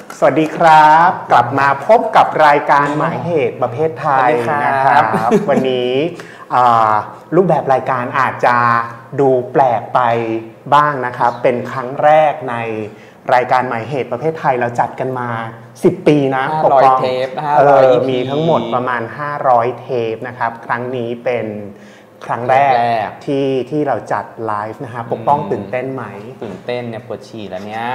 สวัสดีครับกลับมาพบกับรายการหมายเหตุประเภทไทยนะครับวันนี้รูปแบบรายการอาจจะดูแปลกไปบ้างนะครับเป็นครั้งแรกในรายการหมายเหตุประเภทไทยเราจัดกันมา10 ปีนะ 500 เทปนะมีทั้งหมดประมาณ500 เทปนะครับครั้งนี้เป็นครั้งแรกที่เราจัดไลฟ์นะฮะปกป้องตื่นเต้นไหมตื่นเต้นเนี่ยปวดฉี่แล้วเนี่ย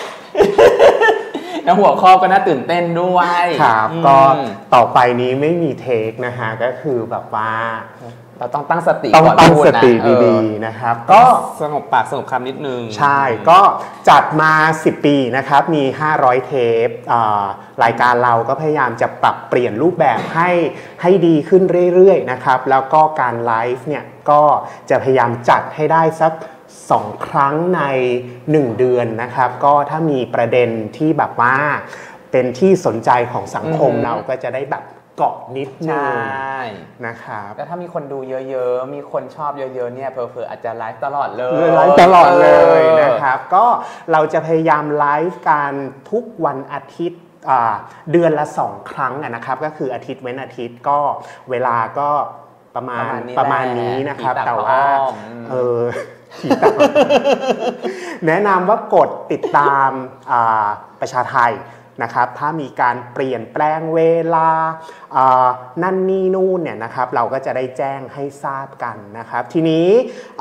แล้วหัวข้อก็น่าตื่นเต้นด้วยครับก็ต่อไปนี้ไม่มีเทคนะฮะก็คือแบบว่าเราต้องตั้งสติก่อนตั้งสติดีๆนะครับก็สงบปากสงบคำนิดนึงใช่ก็จัดมา10 ปีนะครับมี500 เทปรายการเราก็พยายามจะปรับเปลี่ยนรูปแบบให้ดีขึ้นเรื่อยๆนะครับแล้วก็การไลฟ์เนี่ยก็จะพยายามจัดให้ได้สัก2 ครั้งใน1 เดือนนะครับก็ถ้ามีประเด็นที่แบบว่าเป็นที่สนใจของสังคมเราก็จะได้แบบเกาะนิดนึงนะครับแล้วถ้ามีคนดูเยอะๆมีคนชอบเยอะๆเนี่ยเพอๆอาจจะไลฟ์ตลอดเลยนะครับก็เราจะพยายามไลฟ์กันทุกวันอาทิตย์เดือนละ2 ครั้งนะครับก็คืออาทิตย์เว้นอาทิตย์ก็เวลาก็ประมาณนี้นะครับแต่ว่าแนะนำว่ากดติดตามประชาไทยนะครับถ้ามีการเปลี่ยนแปลงเวลานั่นนี่นู่นเนี่ยนะครับเราก็จะได้แจ้งให้ทราบกันนะครับทีนี้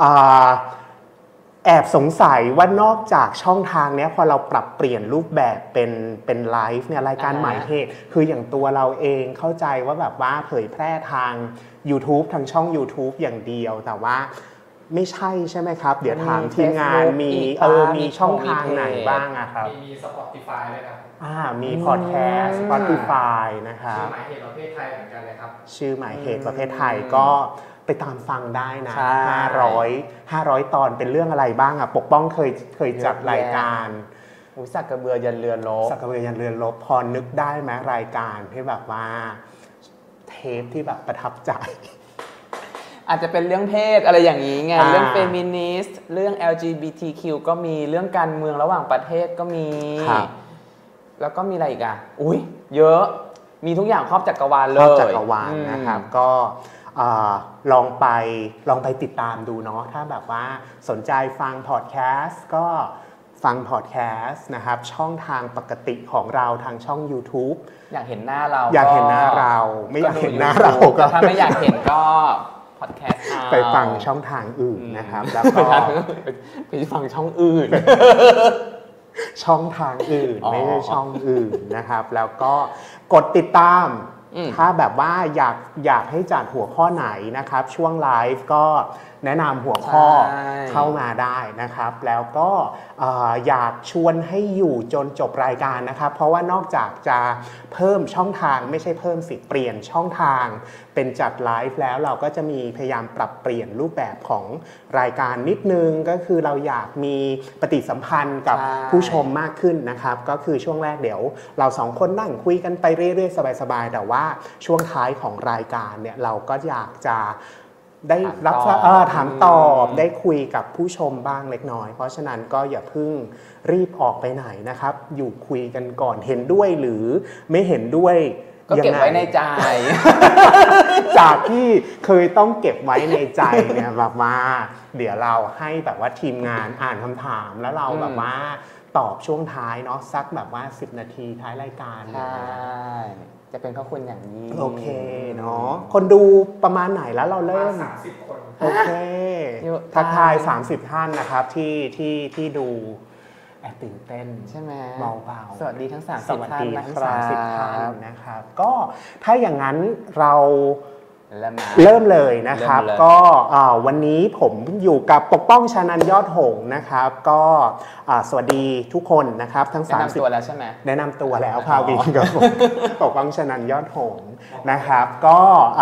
แอบสงสัยว่านอกจากช่องทางนี้พอเราปรับเปลี่ยนรูปแบบเป็นไลฟ์เนี่ยรายการหมายเหตุคืออย่างตัวเราเองเข้าใจว่าแบบว่าเผยแพร่ทาง YouTube ทางช่อง YouTube อย่างเดียวแต่ว่าไม่ใช่ไหมครับเดี๋ยวถามทีมงานมีช่องทางไหนบ้างอะครับมี Spotify ด้วยครับมีพอดแคสต์ Spotify นะครับชื่อหมายเหตุประเภทไทยเหมือนกันเลยครับชื่อหมายเหตุประเภทไทยก็ไปตามฟังได้นะ500 ตอนเป็นเรื่องอะไรบ้างอะปกป้องเคยจัดรายการสักกระเบือยันเรือรบสักกระเบือยันเรือรบพอนึกได้ไหมรายการที่แบบว่าเทปที่แบบประทับใจอาจจะเป็นเรื่องเพศอะไรอย่างนี้ไงเรื่องเฟมินิสต์เรื่อง LGBTQ ก็มีเรื่องการเมืองระหว่างประเทศก็มีแล้วก็มีอะไรอีกอ่ะเยอะมีทุกอย่างครอบจักรวาลเลยครอบจักรวาลนะครับก็ลองไปติดตามดูเนาะถ้าแบบว่าสนใจฟังพอดแคสต์ก็ฟังพอดแคสต์นะครับช่องทางปกติของเราทางช่อง YouTube อยากเห็นหน้าเราอยากเห็นหน้าเราไม่อยากเห็นหน้าเราก็ถ้าไม่อยากเห็นก็พอดแคสต์ไปฟังช่องทางอื่นนะครับแล้วก็ไปฟังช่องอื่นช่องทางอื่นไม่ใช่ช่องอื่นนะครับแล้วก็กดติดตามถ้าแบบว่าอยากให้จัดหัวข้อไหนนะครับช่วงไลฟ์ก็แนะนำหัวข้อเข้ามาได้นะครับแล้วก็อยากชวนให้อยู่จนจบรายการนะครับเพราะว่านอกจากจะเพิ่มช่องทางไม่ใช่เพิ่มสิเปลี่ยนช่องทางเป็นจัดไลฟ์แล้วเราก็จะมีพยายามปรับเปลี่ยนรูปแบบของรายการนิดนึงก็คือเราอยากมีปฏิสัมพันธ์กับผู้ชมมากขึ้นนะครับก็คือช่วงแรกเดี๋ยวเรา2 คนนั่งคุยกันไปเรื่อยๆสบายๆแต่ว่าช่วงท้ายของรายการเนี่ยเราก็อยากจะได้รับถามตอบได้คุยกับผู้ชมบ้างเล็กน้อยเพราะฉะนั้นก็อย่าเพิ่งรีบออกไปไหนนะครับอยู่คุยกันก่อนเห็นด้วยหรือไม่เห็นด้วยก็เก็บไว้ในใจจากที่เคยต้องเก็บไว้ในใจเนี่ยแบบว่าเดี๋ยวเราให้แบบว่าทีมงานอ่านคำถามแล้วเราแบบว่าตอบช่วงท้ายเนาะสักแบบว่า10 นาทีท้ายรายการใช่จะเป็นข้อคุณอย่างนี้โอเคเนาะคนดูประมาณไหนแล้วเราเริ่ม 30 คนโอเคทักทาย30 ท่านนะครับที่ดูแอบตื่นเต้นใช่ไหมเบาๆสวัสดีทั้ง 30 ท่านนะครับก็ถ้าอย่างนั้นเราเริ่มเลยนะครับก็วันนี้ผมอยู่กับปกป้องชานันยอดหงส์นะครับก็สวัสดีทุกคนนะครับทั้ง30 แนะนำตัวแล้วใช่ไหมแนะนำตัวแล้วพาวินกับปกป้องชานันยอดหงส์นะครับก็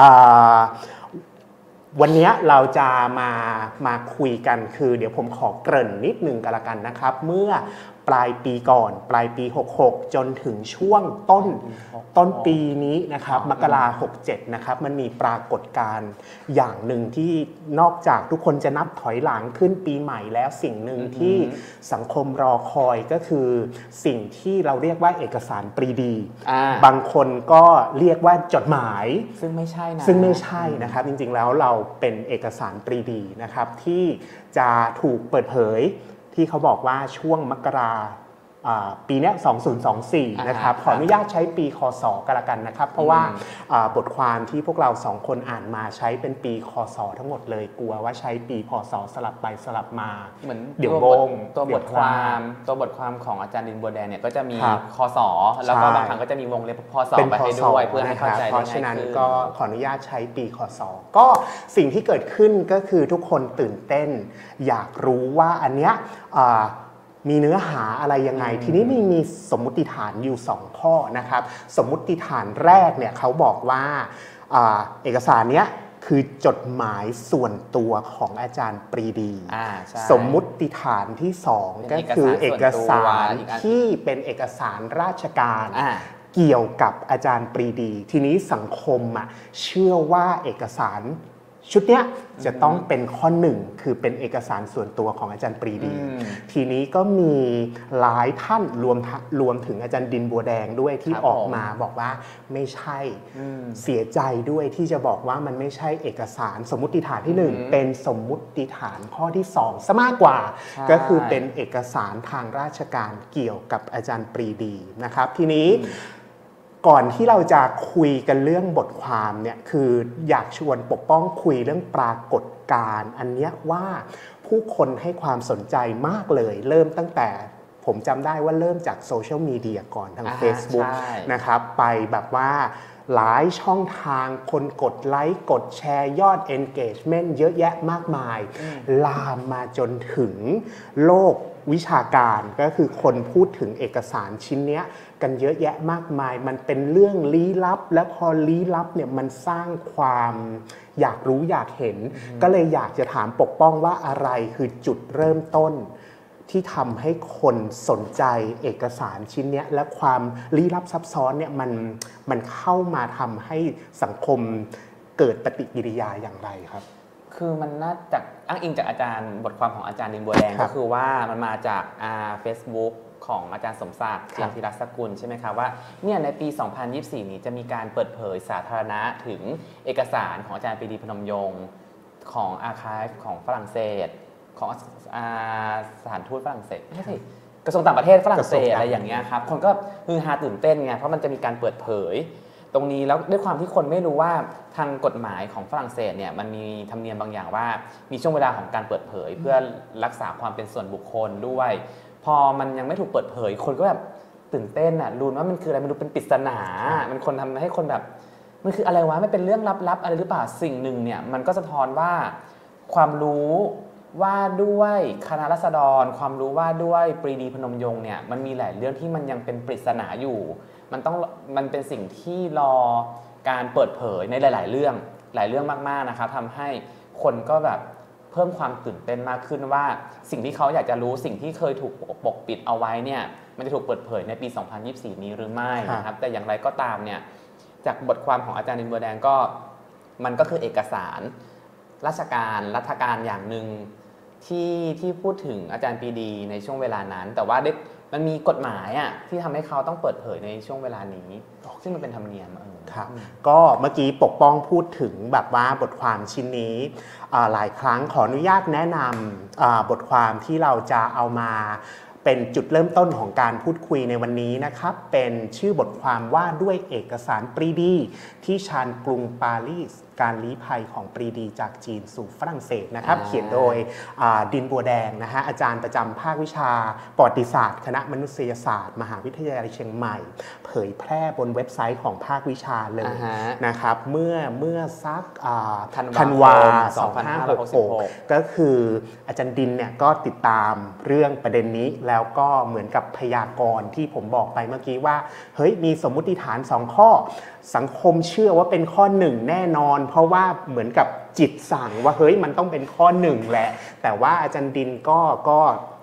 วันนี้เราจะมาคุยกันคือเดี๋ยวผมขอเกริ่นนิดนึงกันละกันนะครับเมื่อปลายปีก่อนปลายปี 66 จนถึงช่วงต้นปีนี้นะครับมกราคม 67 นะครับมันมีปรากฏการณ์อย่างหนึ่งที่นอกจากทุกคนจะนับถอยหลังขึ้นปีใหม่แล้วสิ่งหนึ่งที่สังคมรอคอยก็คือสิ่งที่เราเรียกว่าเอกสารปรีดีบางคนก็เรียกว่าจดหมายซึ่งไม่ใช่นะครับจริงๆแล้วเราเป็นเอกสารปรีดีนะครับที่จะถูกเปิดเผยที่เขาบอกว่าช่วงมกราปีนี้2024นะครับขออนุญาตใช้ปีคศก็แล้วกันนะครับเพราะว่าบทความที่พวกเรา2คนอ่านมาใช้เป็นปีคศทั้งหมดเลยกลัวว่าใช้ปีพศสลับไปสลับมาเหมือนเดี๋ยวงงตัวบทความของอาจารย์ดินบัวแดงเนี่ยก็จะมีคศแล้วก็บางครั้งก็จะมีวงเล็บพศไปให้ด้วยเพื่อให้เข้าใจได้ง่ายขึ้นเพราะฉะนั้นก็ขออนุญาตใช้ปีคศก็สิ่งที่เกิดขึ้นก็คือทุกคนตื่นเต้นอยากรู้ว่าอันเนี้ยมีเนื้อหาอะไรยังไงทีนี้มีสมมุติฐานอยู่2ข้อนะครับสมมุติฐานแรกเนี่ยเขาบอกว่าเอกสารเนี้ยคือจดหมายส่วนตัวของอาจารย์ปรีดีสมมุติฐานที่2ก็คือเอกสารที่เป็นเอกสารราชการเกี่ยวกับอาจารย์ปรีดีทีนี้สังคมเชื่อว่าเอกสารชุดเนี้ยจะต้องเป็นข้อ1คือเป็นเอกสารส่วนตัวของอาจารย์ปรีดีทีนี้ก็มีหลายท่านรวมถึงอาจารย์ดินบัวแดงด้วยที่ออกมาบอกว่าไม่ใช่เสียใจด้วยที่จะบอกว่ามันไม่ใช่เอกสารสมมุติฐานที่1เป็นสมมุติฐานข้อที่2ซะมากกว่าก็คือเป็นเอกสารทางราชการเกี่ยวกับอาจารย์ปรีดีนะครับทีนี้ก่อนที่เราจะคุยกันเรื่องบทความเนี่ยคืออยากชวนปกป้องคุยเรื่องปรากฏการณ์อันเนี้ยว่าผู้คนให้ความสนใจมากเลยเริ่มตั้งแต่ผมจำได้ว่าเริ่มจากโซเชียลมีเดียก่อนทาง Facebook นะครับไปแบบว่าหลายช่องทางคนกดไลค์กดแชร์ยอด engagement เยอะแยะมากมายลามมาจนถึงโลกวิชาการก็คือคนพูดถึงเอกสารชิ้นเนี้ยกันเยอะแยะมากมายมันเป็นเรื่องลี้ลับและพอลี้ลับเนี่ยมันสร้างความอยากรู้อยากเห็นก็เลยอยากจะถามปกป้องว่าอะไรคือจุดเริ่มต้นที่ทำให้คนสนใจเอกสารชิ้นนี้และความลี้ลับซับซ้อนเนี่ยมันเข้ามาทำให้สังคมเกิดปฏิกิริยาอย่างไรครับคือมันน่าจะอ้างอิงจากอาจารย์บทความของอาจารย์ดินบัวแดงก็คือว่ามันมาจากFacebook ของอาจารย์สมศักดิ์เจียมธีรสกุลใช่ไหมครับว่าเนี่ยในปี 2024 นี้จะมีการเปิดเผยสาธารณะถึงเอกสารของอาจารย์ปรีดีพนมยงค์ของอาร์ไคฟ์ของฝรั่งเศสของสถานทูตฝรั่งเศสไม่ใช่สิกระทรวงต่างประเทศฝรั่งเศสอะไรอย่างเงี้ยครับคนก็ฮือฮาตื่นเต้นไงเพราะมันจะมีการเปิดเผยตรงนี้แล้วด้วยความที่คนไม่รู้ว่าทางกฎหมายของฝรั่งเศสเนี่ยมันมีธรรมเนียมบางอย่างว่ามีช่วงเวลาของการเปิดเผยเพื่อรักษาความเป็นส่วนบุคคลด้วยพอมันยังไม่ถูกเปิดเผยคนก็แบบตื่นเต้นลุ้นว่ามันคืออะไรมันดูเป็นปริศนามันคนทำให้คนแบบมันคืออะไรวะไม่เป็นเรื่องลับๆอะไรหรือเปล่าสิ่งหนึ่งเนี่ยมันก็สะท้อนว่าความรู้ว่าด้วยคณะราษฎรความรู้ว่าด้วยปรีดีพนมยงค์เนี่ยมันมีหลายเรื่องที่มันยังเป็นปริศนาอยู่มันเป็นสิ่งที่รอการเปิดเผยในหลายๆเรื่องมากๆนะครับทำให้คนก็แบบเพิ่มความตื่นเต้นมากขึ้นว่าสิ่งที่เขาอยากจะรู้สิ่งที่เคยถูกปกปิดเอาไว้เนี่ยมันจะถูกเปิดเผยในปี 2024 นี้หรือไม่นะครับแต่อย่างไรก็ตามเนี่ยจากบทความของอาจารย์ดินบัวแดงก็มันก็คือเอกสารราชการรัฐการอย่างหนึ่งที่พูดถึงอาจารย์ปรีดีในช่วงเวลานั้นแต่ว่ามันมีกฎหมายที่ทำให้เขาต้องเปิดเผยในช่วงเวลานี้ซึ่งมันเป็นธรรมเนียมครับก็เมื่อกี้ปกป้องพูดถึงแบบว่าบทความชิ้นนี้หลายครั้งขออนุญาตแนะนำบทความที่เราจะเอามาเป็นจุดเริ่มต้นของการพูดคุยในวันนี้นะครับเป็นชื่อบทความว่าด้วยเอกสารปรีดีที่ชานกรุงปารีสการลี้ภัยของปรีดีจากจีนสู่ฝรั่งเศสนะครับเขียนโดยดินบัวแดงนะฮะอาจารย์ประจำภาควิชาประวัติศาสตร์คณะมนุษยศาสตร์มหาวิทยาลัยเชียงใหม่เผยแพร่บนเว็บไซต์ของภาควิชาเลยนะครับเมื่อสักธันวา2566ก็คืออาจารย์ดินเนี่ยก็ติดตามเรื่องประเด็นนี้แล้วก็เหมือนกับพยากรณ์ที่ผมบอกไปเมื่อกี้ว่าเฮ้ยมีสมมุติฐาน2ข้อสังคมเชื่อว่าเป็นข้อ1แน่นอนเพราะว่าเหมือนกับจิตสั่งว่าเฮ้ยมันต้องเป็นข้อ1แหละแต่ว่าอาจารย์ดินก็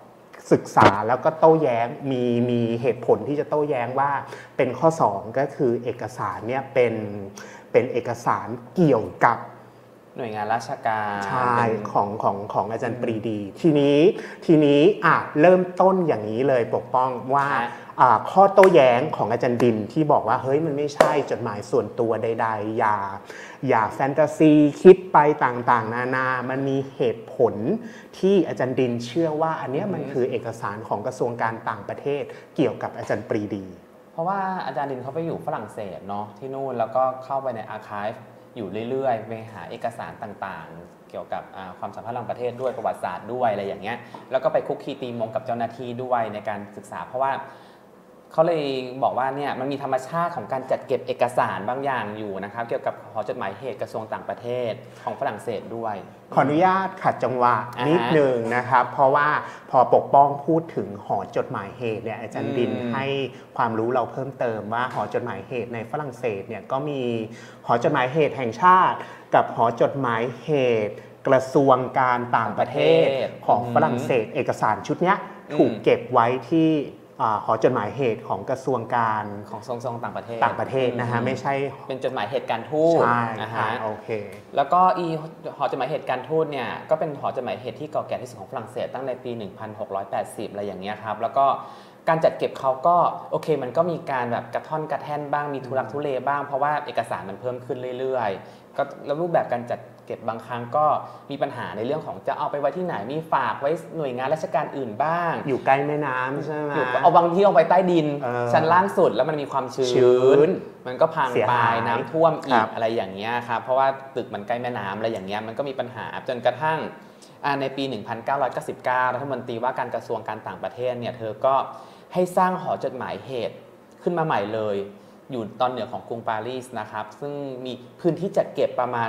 ศึกษาแล้วก็โต้แย้งมีเหตุผลที่จะโต้แย้งว่าเป็นข้อ2ก็คือเอกสารเนี่ยเป็นเอกสารเกี่ยวกับหน่วยงานราชการใช่ของอาจารย์ปรีดีทีนี้เริ่มต้นอย่างนี้เลยปกป้องว่าข้อโต้แย้งของอาจารย์ดินที่บอกว่าเฮ้ยมันไม่ใช่จดหมายส่วนตัวใดๆอย่าแฟนตาซีคิดไปต่างๆนานามันมีเหตุผลที่อาจารย์ดินเชื่อว่าอันนี้มันคือเอกสารของกระทรวงการต่างประเทศเกี่ยวกับอาจารย์ปรีดีเพราะว่าอาจารย์ดินเขาไปอยู่ฝรั่งเศสเนาะที่นู่นแล้วก็เข้าไปในอาร์คีฟอยู่เรื่อยๆไปหาเอกสารต่างๆเกี่ยวกับความสัมพันธ์ระหว่างประเทศด้วยประวัติศาสตร์ด้วยอะไรอย่างเงี้ยแล้วก็ไปคุกคีตีมงกับเจ้าหน้าที่ด้วยในการศึกษาเพราะว่าเขาเลยบอกว่าเนี่ยมันมีธรรมชาติของการจัดเก็บเอกสารบางอย่างอยู่นะครับเกี่ยวกับหอจดหมายเหตุกระทรวงต่างประเทศของฝรั่งเศสด้วยขออนุญาตขัดจังหวะนิดนึงนะครับเพราะว่าพอปกป้องพูดถึงหอจดหมายเหตุเนี่ยอาจารย์ดินให้ความรู้เราเพิ่มเติมว่าหอจดหมายเหตุในฝรั่งเศสเนี่ยก็มีหอจดหมายเหตุแห่งชาติกับหอจดหมายเหตุกระทรวงการต่างประเทศของฝรั่งเศสเอกสารชุดนี้ถูกเก็บไว้ที่หอจดหมายเหตุของกระทรวงการของทรงต่างประเทศนะฮะไม่ใช่เป็นจดหมายเหตุการทูตนะฮะโอเคแล้วก็หอจดหมายเหตุการทูตเนี่ยก็เป็นหอจดหมายเหตุที่เก่าแก่ที่สุดของฝรั่งเศสตั้งในปี 1680 อะไรอย่างเงี้ยครับแล้วก็การจัดเก็บเขาก็โอเคมันก็มีการแบบกระท่อนกระแท่นบ้างมีทุลักทุเลบ้างเพราะว่าเอกสารมันเพิ่มขึ้นเรื่อยๆก็แล้วรูปแบบการจัดเก็บบางครั้งก็มีปัญหาในเรื่องของจะเอาไปไว้ที่ไหนมีฝากไว้หน่วยงานราชการอื่นบ้างอยู่ใกล้แม่น้ำใช่ไหมเอาบางที่เอาไปใต้ดินชั้นล่างสุดแล้วมันมีความชื้นมันก็พังไปน้ำท่วมอีกอะไรอย่างเงี้ยครับเพราะว่าตึกมันใกล้แม่น้ำอะไรอย่างเงี้ยมันก็มีปัญหาจนกระทั่งในปี 1999 รัฐมนตรีว่าการกระทรวงการต่างประเทศเนี่ยเธอก็ให้สร้างหอจดหมายเหตุขึ้นมาใหม่เลยอยู่ตอนเหนือของกรุงปารีสนะครับซึ่งมีพื้นที่จัดเก็บประมาณ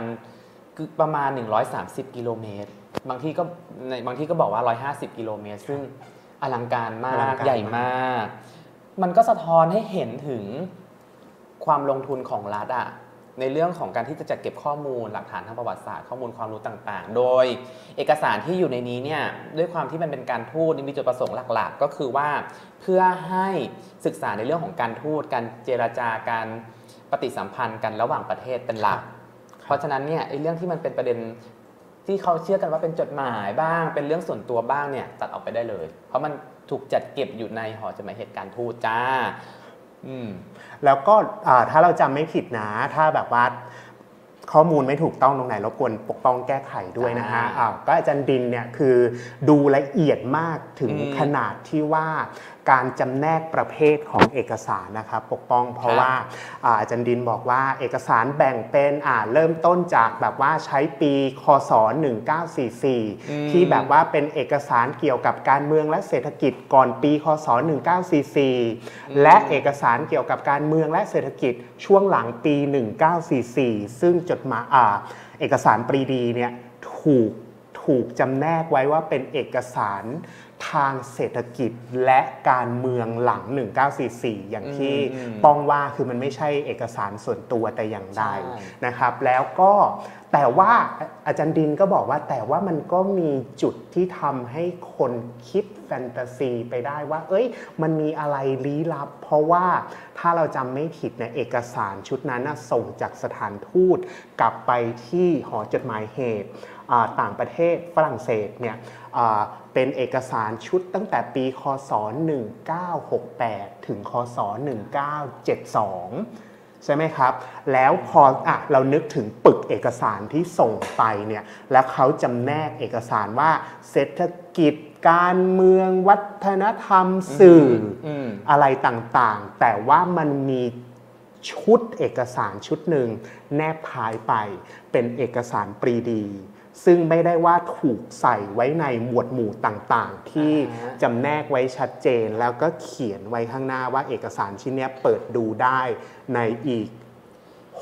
130 กิโลเมตรบางที่ก็บอกว่า150 กิโลเมตรซึ่งอลังการมากใหญ่มากมันก็สะท้อนให้เห็นถึงความลงทุนของรัฐในเรื่องของการที่จะจัดเก็บข้อมูลหลักฐานทางประวัติศาสตร์ข้อมูลความรู้ต่างๆโดยเอกสารที่อยู่ในนี้เนี่ยด้วยความที่มันเป็นการทูตมีจุดประสงค์หลักๆก็คือว่าเพื่อให้ศึกษาในเรื่องของการทูตการเจรจาการปฏิสัมพันธ์กันระหว่างประเทศเป็นหลักเพราะฉะนั้นเนี่ยเรื่องที่มันเป็นประเด็นที่เขาเชื่อกันว่าเป็นจดหมายบ้างเป็นเรื่องส่วนตัวบ้างเนี่ยตัดออกไปได้เลยเพราะมันถูกจัดเก็บอยู่ในหอจดหมายเหตุการทูตจ้าแล้วก็ถ้าเราจำไม่ผิดนะถ้าแบบว่าข้อมูลไม่ถูกต้องตรงไหนรบกวนปกป้องแก้ไขด้วยนะฮะก็อาจารย์ดินเนี่ยคือดูละเอียดมากถึงขนาดที่ว่าการจำแนกประเภทของเอกสารนะครับปกป้องเพราะว่าอาจารย์ดินบอกว่าเอกสารแบ่งเป็นเริ่มต้นจากแบบว่าใช้ปีคศ1944ที่แบบว่าเป็นเอกสารเกี่ยวกับการเมืองและเศรษฐกิจก่อนปีคศ1944และเอกสารเกี่ยวกับการเมืองและเศรษฐกิจช่วงหลังปี1944ซึ่งจดหมายเอกสารปรีดีเนี่ยถูกจำแนกไว้ว่าเป็นเอกสารทางเศรษฐกิจและการเมืองหลัง1944อย่างที่ป้องว่าคือมันไม่ใช่เอกสารส่วนตัวแต่อย่างใดนะครับแล้วก็แต่ว่าอาจารย์ดินก็บอกว่าแต่ว่ามันก็มีจุดที่ทำให้คนคิดแฟนตาซีไปได้ว่าเอ้ยมันมีอะไรลี้ลับเพราะว่าถ้าเราจำไม่ผิดเนี่ยเอกสารชุดนั้นส่งจากสถานทูตกลับไปที่หอจดหมายเหตุต่างประเทศฝรั่งเศสเนี่ยเป็นเอกสารชุดตั้งแต่ปีคศ1968ถึงคศ1972ใช่ไหมครับแล้วพอเรานึกถึงปึกเอกสารที่ส่งไปเนี่ยแล้วเขาจำแนกเอกสารว่าเศรษฐกิจการเมืองวัฒนธรรมสื่ออะไรต่างๆแต่ว่ามันมีชุดเอกสารชุดหนึ่งแนบท้ายไปเป็นเอกสารปรีดีซึ่งไม่ได้ว่าถูกใส่ไว้ในหมวดหมู่ต่างๆที่จำแนกไว้ชัดเจนแล้วก็เขียนไว้ข้างหน้าว่าเอกสารชิ้นนี้เปิดดูได้ในอีก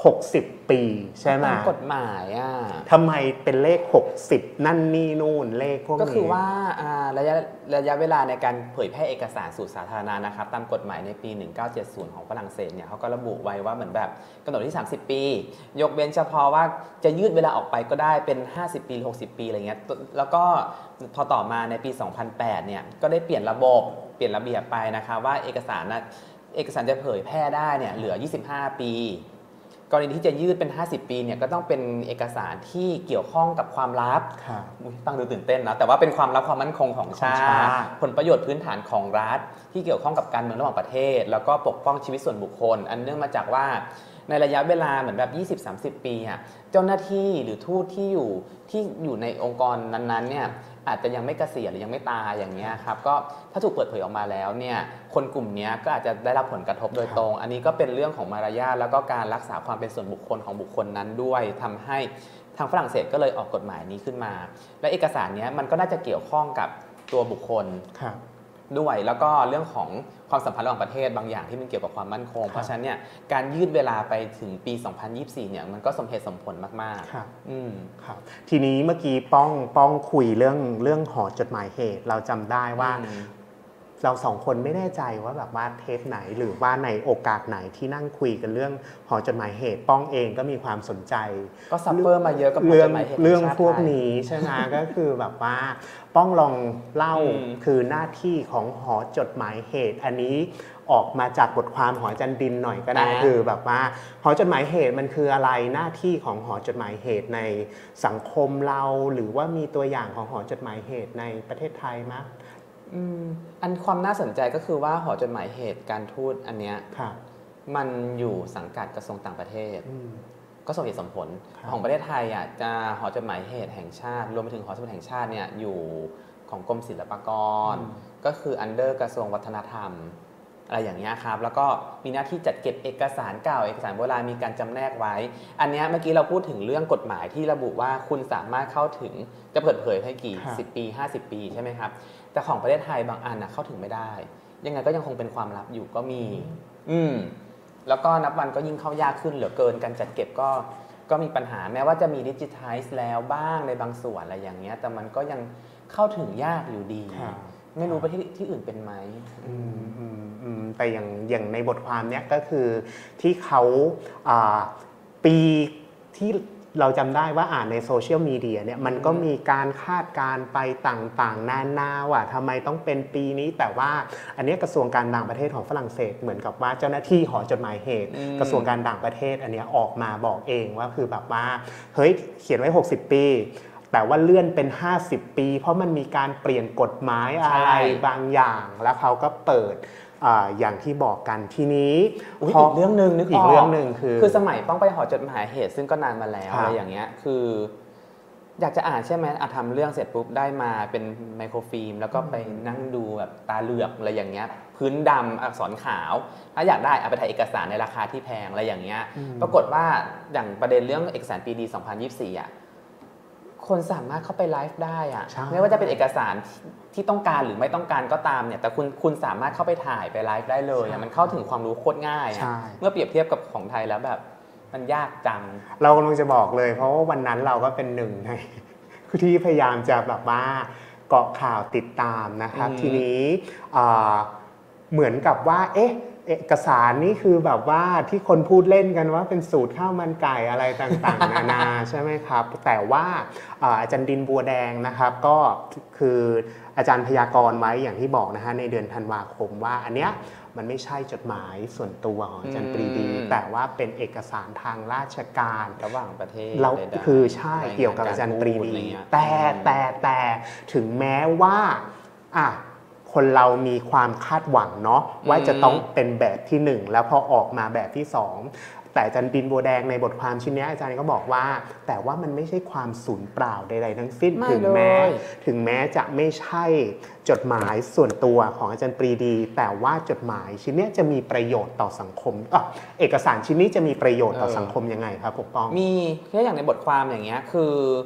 60 ปีใช่ไหมตามกฎหมายทำไมเป็นเลข60นั่นนี่นู่นเลขพวกนี้ก็คือว่าระยะเวลาในการเผยแพร่เอกสารสู่สาธารณะนะครับตามกฎหมายในปี 1970 ของฝรั่งเศสเนี่ยเขาก็ระบุไว้ว่าเหมือนแบบกำหนดที่ 30 ปี ยกเว้นเฉพาะว่าจะยืดเวลาออกไปก็ได้เป็น 50 ปีหรือ60 ปีอะไรเงี้ยแล้วก็พอต่อมาในปี 2008 เนี่ยก็ได้เปลี่ยนระบบเปลี่ยนระเบียบไปนะคะว่าเอกสารจะเผยแพร่ได้เนี่ยเหลือ 25 ปีกรณีที่จะยืดเป็น 50 ปีเนี่ยก็ต้องเป็นเอกสารที่เกี่ยวข้องกับความลับฟังดูตื่นเต้นนะแต่ว่าเป็นความลับความมั่นคงของชาติผลประโยชน์พื้นฐานของรัฐที่เกี่ยวข้องกับการเมืองระหว่างประเทศแล้วก็ปกป้องชีวิตส่วนบุคคลอันเนื่องมาจากว่าในระยะเวลาเหมือนแบบ 20-30 ปีเจ้าหน้าที่หรือทูตที่อยู่ในองค์กรนั้นๆเนี่ยอาจจะยังไม่เกษียณหรือยังไม่ตายอย่างเงี้ยครับก็ถ้าถูกเปิดเผยออกมาแล้วเนี่ยคนกลุ่มนี้ก็อาจจะได้รับผลกระทบโดยตรงอันนี้ก็เป็นเรื่องของมารยาทแล้วก็การรักษาความเป็นส่วนบุคคลของบุคคลนั้นด้วยทำให้ทางฝรั่งเศสก็เลยออกกฎหมายนี้ขึ้นมาและเอกสารนี้มันก็น่าจะเกี่ยวข้องกับตัวบุคคลด้วยแล้วก็เรื่องของความสัมพันธ์ระหว่างประเทศบางอย่างที่มันเกี่ยวกับความมั่นคงเพราะฉะนั้นเนี่ยการยืดเวลาไปถึงปี 2024 เนี่ยมันก็สมเหตุสมผลมากๆครับทีนี้เมื่อกี้ป้องคุยเรื่องหอจดหมายเหตุเราจำได้ว่าเราสองคนไม่แน่ใจว่าแบบว่าเทปไหนหรือว่าในโอกาสไหนที่นั่งคุยกันเรื่องหอจดหมายเหตุป้องเองก็มีความสนใจก็ซัฟเฟอร์มาเยอะกับหอจดหมายเหตุเรื่องพวกนี้ใช่ไหมก็คือแบบว่าป้องลองเล่าคือหน้าที่ของหอจดหมายเหตุอันนี้ออกมาจากบทความหอจันดินหน่อยก็ได้คือแบบว่าหอจดหมายเหตุมันคืออะไรหน้าที่ของหอจดหมายเหตุในสังคมเราหรือว่ามีตัวอย่างของหอจดหมายเหตุในประเทศไทยมั้ยอันความน่าสนใจก็คือว่าหอจดหมายเหตุการทูตอันเนี้ยมันอยู่สังกัดกระทรวงต่างประเทศก็สมเหตุสมผลของประเทศไทยจะหอจดหมายเหตุแห่งชาติรวมไปถึงหอสมุดแห่งชาติเนี่ยอยู่ของกรมศิลปากรก็คืออันเดอร์กระทรวงวัฒนธรรมอะไรอย่างเงี้ยครับแล้วก็มีหน้าที่จัดเก็บเอกสารเก่าเอกสารโบราณมีการจำแนกไว้อันนี้เมื่อกี้เราพูดถึงเรื่องกฎหมายที่ระบุว่าคุณสามารถเข้าถึงจะเปิดเผยให้กี่10 ปี50 ปีใช่ไหมครับแต่ของประเทศไทยบางอันเข้าถึงไม่ได้ยังไงก็ยังคงเป็นความลับอยู่ก็มีแล้วก็นับวันก็ยิ่งเข้ายากขึ้นเหลือเกินการจัดเก็บก็มีปัญหาแม้ว่าจะมีดิจิทัลแล้วบ้างในบางส่วนอะไรอย่างเงี้ยแต่มันก็ยังเข้าถึงยากอยู่ดีไม่รู้ประเทศที่อื่นเป็นไหมแต่อย่างในบทความเนี้ยก็คือที่เขาปีที่เราจำได้ว่าอ่านในโซเชียลมีเดียเนี่ยมันก็มีการคาดการไปต่างๆนานาว่าทำไมต้องเป็นปีนี้แต่ว่าอันนี้กระทรวงการต่างประเทศของฝรั่งเศสเหมือนกับว่าเจ้าหน้าที่หอจดหมายเหตุกระทรวงการต่างประเทศอันนี้ออกมาบอกเองว่าคือแบบว่าเฮ้ยเขียนไว้60 ปีแต่ว่าเลื่อนเป็น50 ปีเพราะมันมีการเปลี่ยนกฎหมายอะไรบางอย่างแล้วเขาก็เปิดอย่างที่บอกกันทีนี้อีกเรื่องนึงนึกออกอีกเรื่องนึงคือสมัยต้องไปหอจดหมายเหตุซึ่งก็นานมาแล้วอะไรอย่างเงี้ยคืออยากจะอ่านใช่ไหมทำเรื่องเสร็จปุ๊บได้มาเป็นไมโครฟิล์มแล้วก็ไปนั่งดูแบบตาเหลือกอะไรอย่างเงี้ยพื้นดำอักษรขาวถ้าอยากได้เอาไปถ่ายเอกสารในราคาที่แพงอะไรอย่างเงี้ยปรากฏว่าอย่างประเด็นเรื่องเอกสารปีดี2024คนสามารถเข้าไปไลฟ์ได้ไม่ว่าจะเป็นเอกสารที่ต้องการหรือไม่ต้องการก็ตามเนี่ยแต่คุณสามารถเข้าไปถ่ายไปไลฟ์ได้เลยมันเข้าถึงความรู้โคตรง่ายเมื่อเปรียบเทียบกับของไทยแล้วแบบมันยากจังเรากำลังจะบอกเลยเพราะว่าวันนั้นเราก็เป็นหนึ่งในที่พยายามจะแบบว่าเกาะข่าวติดตามนะครับทีนี้เหมือนกับว่าเอกสารนี่คือแบบว่าที่คนพูดเล่นกันว่าเป็นสูตรข้าวมันไก่อะไรต่างๆ นานาใช่ไหมครับแต่ว่าอาจารย์ดินบัวแดงนะครับก็คืออาจารย์พยากรณ์ไว้อย่างที่บอกนะฮะในเดือนธันวาคมว่าอันเนี้ยมันไม่ใช่จดหมายส่วนตัวของอาจารย์ปรีดีแต่ว่าเป็นเอกสารทางราชการระหว่างประเทศเราคือใช่เกี่ยวกับอาจารย์ปรีดีแต่ถึงแม้ว่าคนเรามีความคาดหวังเนาะว่าจะต้องเป็นแบบที่1แล้วพอออกมาแบบที่2แต่อาจารย์ดินบัวแดงในบทความชิ้นนี้อาจารย์ก็บอกว่าแต่ว่ามันไม่ใช่ความสูญเปล่าใดๆทั้งสิ้นถึงแม้จะไม่ใช่จดหมายส่วนตัวของอาจารย์ปรีดีแต่ว่าจดหมายชิ้นนี้จะมีประโยชน์ต่อสังคมเอกสารชิ้นนี้จะมีประโยชน์ต่อสังคมยังไงครับปกป้องมีแค่อย่างในบทความอย่างเงี้ยคือ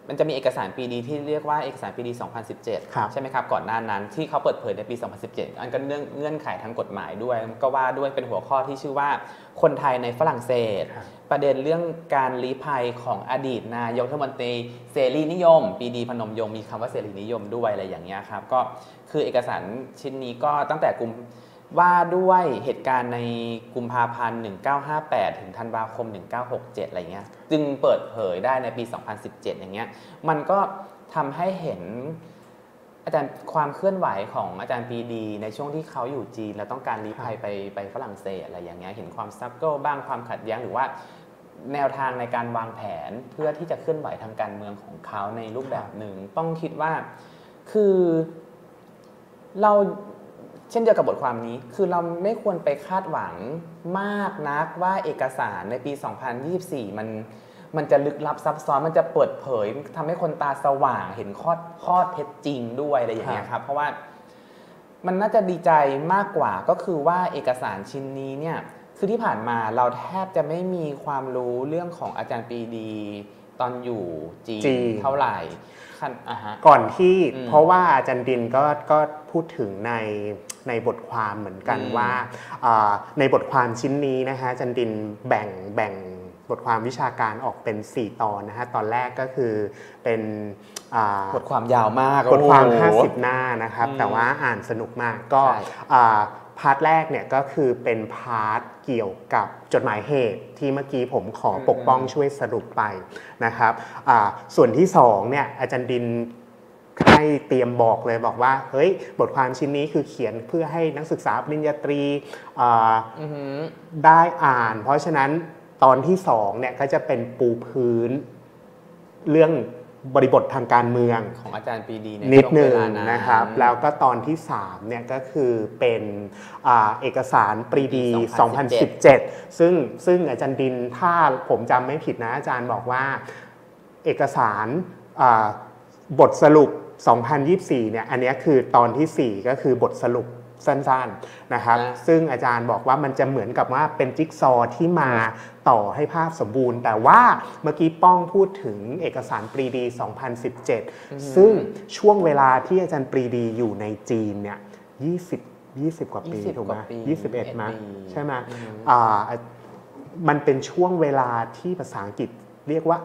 มันจะมีเอกสารปีดีที่เรียกว่าเอกสารปีดี 2017 ใช่ไหมครับก่อนหน้านั้นที่เขาเปิดเผยในปี 2017 อันก็เงื่อนไขทางกฎหมายด้วยก็ว่าด้วยเป็นหัวข้อที่ชื่อว่าคนไทยในฝรั่งเศสประเด็นเรื่องการลี้ภัยของอดีตนายกรัฐมนตรีเสรีนิยมปีดีพนมยงค์มีคำว่าเสรีนิยมด้วยอะไรอย่างเงี้ยครับก็คือเอกสารชิ้นนี้ก็ตั้งแต่ว่าด้วยเหตุการณ์ในกุมภาพันธ์ 1958 ถึงธันวาคม 1967 อะไรเงี้ยจึงเปิดเผยได้ในปี 2017 อย่างเงี้ยมันก็ทำให้เห็นอาจารย์ความเคลื่อนไหวของอาจารย์ปรีดีในช่วงที่เขาอยู่จีนแล้วต้องการลี้ภัยไปฝรั่งเศสอะไรอย่างเงี้ยเห็นความสตรักเกิลบ้างความขัดแย้งหรือว่าแนวทางในการวางแผนเพื่อที่จะเคลื่อนไหวทางการเมืองของเขาในรูปแบบหนึ่งต้องคิดว่าคือเราเช่นเดียวกับบทความนี้คือเราไม่ควรไปคาดหวังมากนักว่าเอกสารในปี 2024 มันจะลึกลับซับซ้อนมันจะเปิดเผยทำให้คนตาสว่างเห็นข้อเท็จจริงด้วยอะไรอย่างเงี้ยครับเพราะว่ามันน่าจะดีใจมากกว่าก็คือว่าเอกสารชิ้นนี้เนี่ยคือที่ผ่านมาเราแทบจะไม่มีความรู้เรื่องของอาจารย์ปรีดีตอนอยู่จีนเท่าไหร่ก่อนที่เพราะว่าอาจารย์ดินก็พูดถึงในบทความเหมือนกันว่าในบทความชิ้นนี้นะฮะอาจารย์ดินแบ่งบทความวิชาการออกเป็น4ตอนนะฮะตอนแรกก็คือเป็นบทความยาวมากบทความ50หน้านะครับแต่ว่าอ่านสนุกมากก็พาร์ทแรกเนี่ยก็คือเป็นพาร์ทเกี่ยวกับจดหมายเหตุที่เมื่อกี้ผมขอปกป้องช่วยสรุปไปนะครับส่วนที่2เนี่ยอาจารย์ดินให้เตรียมบอกเลยบอกว่าเฮ้ยบทความชิ้นนี้คือเขียนเพื่อให้นักศึกษาปริญญาตรีได้อ่านเพราะฉะนั้นตอนที่2เนี่ยก็จะเป็นปูพื้นเรื่องบริบททางการเมืองของอาจารย์ปรีดีในนิดนึงนะครับแล้วก็ตอนที่3เนี่ยก็คือเป็นเอกสารปรีดี 2017 ซึ่งอาจารย์ดินถ้าผมจำไม่ผิดนะอาจารย์บอกว่าเอกสารบทสรุป 2024 เนี่ยอันนี้คือตอนที่4ก็คือบทสรุปสั้นๆนะครับซึ่งอาจารย์บอกว่ามันจะเหมือนกับว่าเป็นจิ๊กซอว์ที่มาต่อให้ภาพสมบูรณ์แต่ว่าเมื่อกี้ป้องพูดถึงเอกสารปรีดี 2017 ซึ่งช่วงเวลาที่อาจารย์ปรีดีอยู่ในจีนเนี่ย20 กว่าปีถูกไหม21มั้ยใช่ไหมมันเป็นช่วงเวลาที่ภาษาอังกฤษเรียกว่า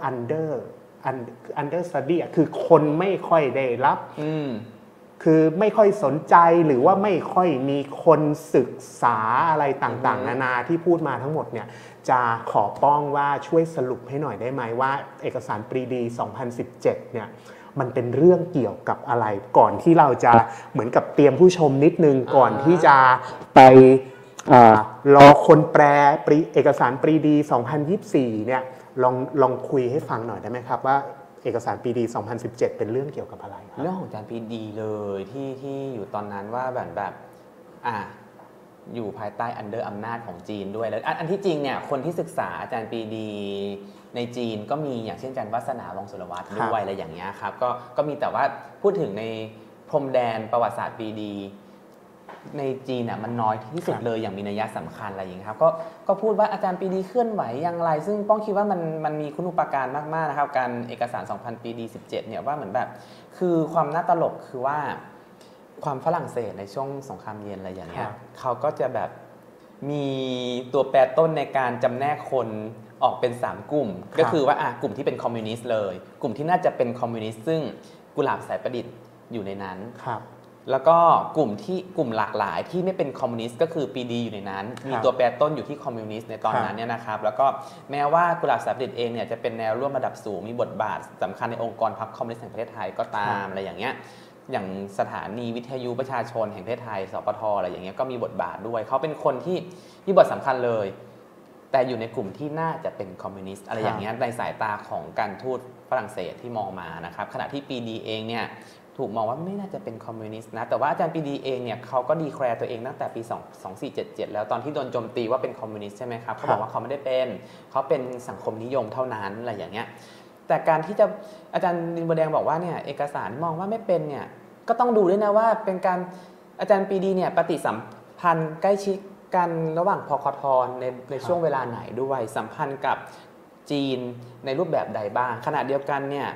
under study คือคนไม่ค่อยได้รับคือไม่ค่อยสนใจหรือว่าไม่ค่อยมีคนศึกษาอะไรต่างๆนานาที่พูดมาทั้งหมดเนี่ยจะขอป้องว่าช่วยสรุปให้หน่อยได้ไหมว่าเอกสารปรีดี 2017 เนี่ยมันเป็นเรื่องเกี่ยวกับอะไรก่อนที่เราจะเหมือนกับเตรียมผู้ชมนิดนึงก่อนที่จะไปรอคนแปลเอกสารปรีดี 2024 เนี่ยลองคุยให้ฟังหน่อยได้ไหมครับว่าเอกสารปรีดี 2017 เป็นเรื่องเกี่ยวกับอะไรครับเรื่องของอาจารย์ปรีดีเลยที่อยู่ตอนนั้นว่าแบบอยู่ภายใต้อันเดอร์อำนาจของจีนด้วยแล้วอันที่จริงเนี่ยคนที่ศึกษาอาจารย์ปรีดีในจีนก็มีอย่างเช่นอาจารย์วัฒนาวงศ์สุรวัตรด้วยอะไรอย่างเงี้ยครับก็มีแต่ว่าพูดถึงในพรมแดนประวัติศาสตร์ปรีดีในจีนน่ะมันน้อยที่สุดเลยอย่างมีนัยสำคัญอะไรอย่างเงี้ยครับก็พูดว่าอาจารย์ปรีดีเคลื่อนไหวอย่างไรซึ่งป้องคิดว่ามันมีคุณูปการมากๆนะครับการเอกสาร 2000 ปรีดี 17 เนี่ยว่าเหมือนแบบคือความน่าตลกคือว่าความฝรั่งเศสในช่วงสงครามเย็นอะไรอย่างเงี้ยเขาก็จะแบบมีตัวแปรต้นในการจำแนกคนออกเป็น3กลุ่มก็คือว่ากลุ่มที่เป็นคอมมิวนิสต์เลยกลุ่มที่น่าจะเป็นคอมมิวนิสต์ซึ่งกุหลาบสายประดิษฐ์อยู่ในนั้นแล้วก็กลุ่มหลากหลายที่ไม่เป็นคอมมิวนิสต์ก็คือปรีดีอยู่ในนั้นมีตัวแปรต้นอยู่ที่คอมมิวนิสต์ในตอนนั้นเนี่ยนะครับแล้วก็แม้ว่ากุหลาบสายประดิษฐ์เองเนี่ยจะเป็นแนวร่วมระดับสูงมีบทบาทสำคัญในองค์กรพรรคคอมมิวนิสต์แห่งประเทศไทยก็ตามอะไรอย่างเงี้ยอย่างสถานีวิทยุประชาชนแห่งประเทศไทยสปท.อะไรอย่างเงี้ยก็มีบทบาทด้วยเขาเป็นคนที่มีบทสำคัญเลยแต่อยู่ในกลุ่มที่น่าจะเป็นคอมมิวนิสต์อะไรอย่างเงี้ยในสายตาของการทูตฝรั่งเศสที่มองมานะครับขณะที่ปรีดีเองเนี่ยถูกมองว่าไม่น่าจะเป็นคอมมิวนิสต์นะแต่ว่าอาจารย์ปรีดีเองเนี่ยเขาก็ดีแคลร์ตัวเองตั้งแต่ปี2477แล้วตอนที่โดนโจมตีว่าเป็นคอมมิวนิสต์ใช่ไหมครับเขาบอกว่าเขาไม่ได้เป็นเขาเป็นสังคมนิยมเท่านั้นอะไรอย่างเงี้ยแต่การที่จะอาจารย์ดินบัวแดงบอกว่าเนี่ยเอกสารมองว่าไม่เป็นเนี่ยก็ต้องดูด้วยนะว่าเป็นการอาจารย์ปรีดีเนี่ยปฏิสัมพันธ์ใกล้ชิดกันระหว่างพคท.ในช่วงเวลาไหนด้วยสัมพันธ์กับจีนในรูปแบบใดบ้างขณะเดียวกันเนี่ย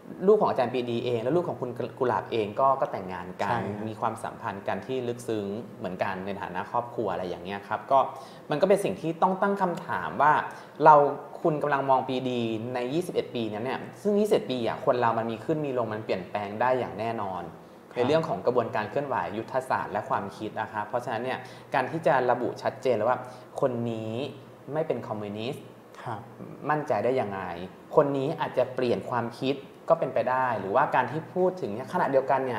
ลูกของอาจารย์ปรีดีเองและลูกของคุณกุหลาบเองก็แต่งงานกันมีความสัมพันธ์กันที่ลึกซึ้งเหมือนกันในฐานะครอบครัวอะไรอย่างเงี้ยครับก็มันก็เป็นสิ่งที่ต้องตั้งคำถามว่าคุณกำลังมองปรีดีใน21 ปีนั้นเนี่ยซึ่ง21 ปีคนเรามันมีขึ้นมีลงมันเปลี่ยนแปลงได้อย่างแน่นอนในเรื่องของกระบวนการเคลื่อนไหวยุทธศาสตร์และความคิดนะครับเพราะฉะนั้นเนี่ยการที่จะระบุชัดเจนแล้วว่าคนนี้ไม่เป็นคอมมิวนิสต์มั่นใจได้ยังไงคนนี้อาจจะเปลี่ยนความคิดก็เป็นไปได้หรือว่าการที่พูดถึงขณะเดียวกันเนี่ย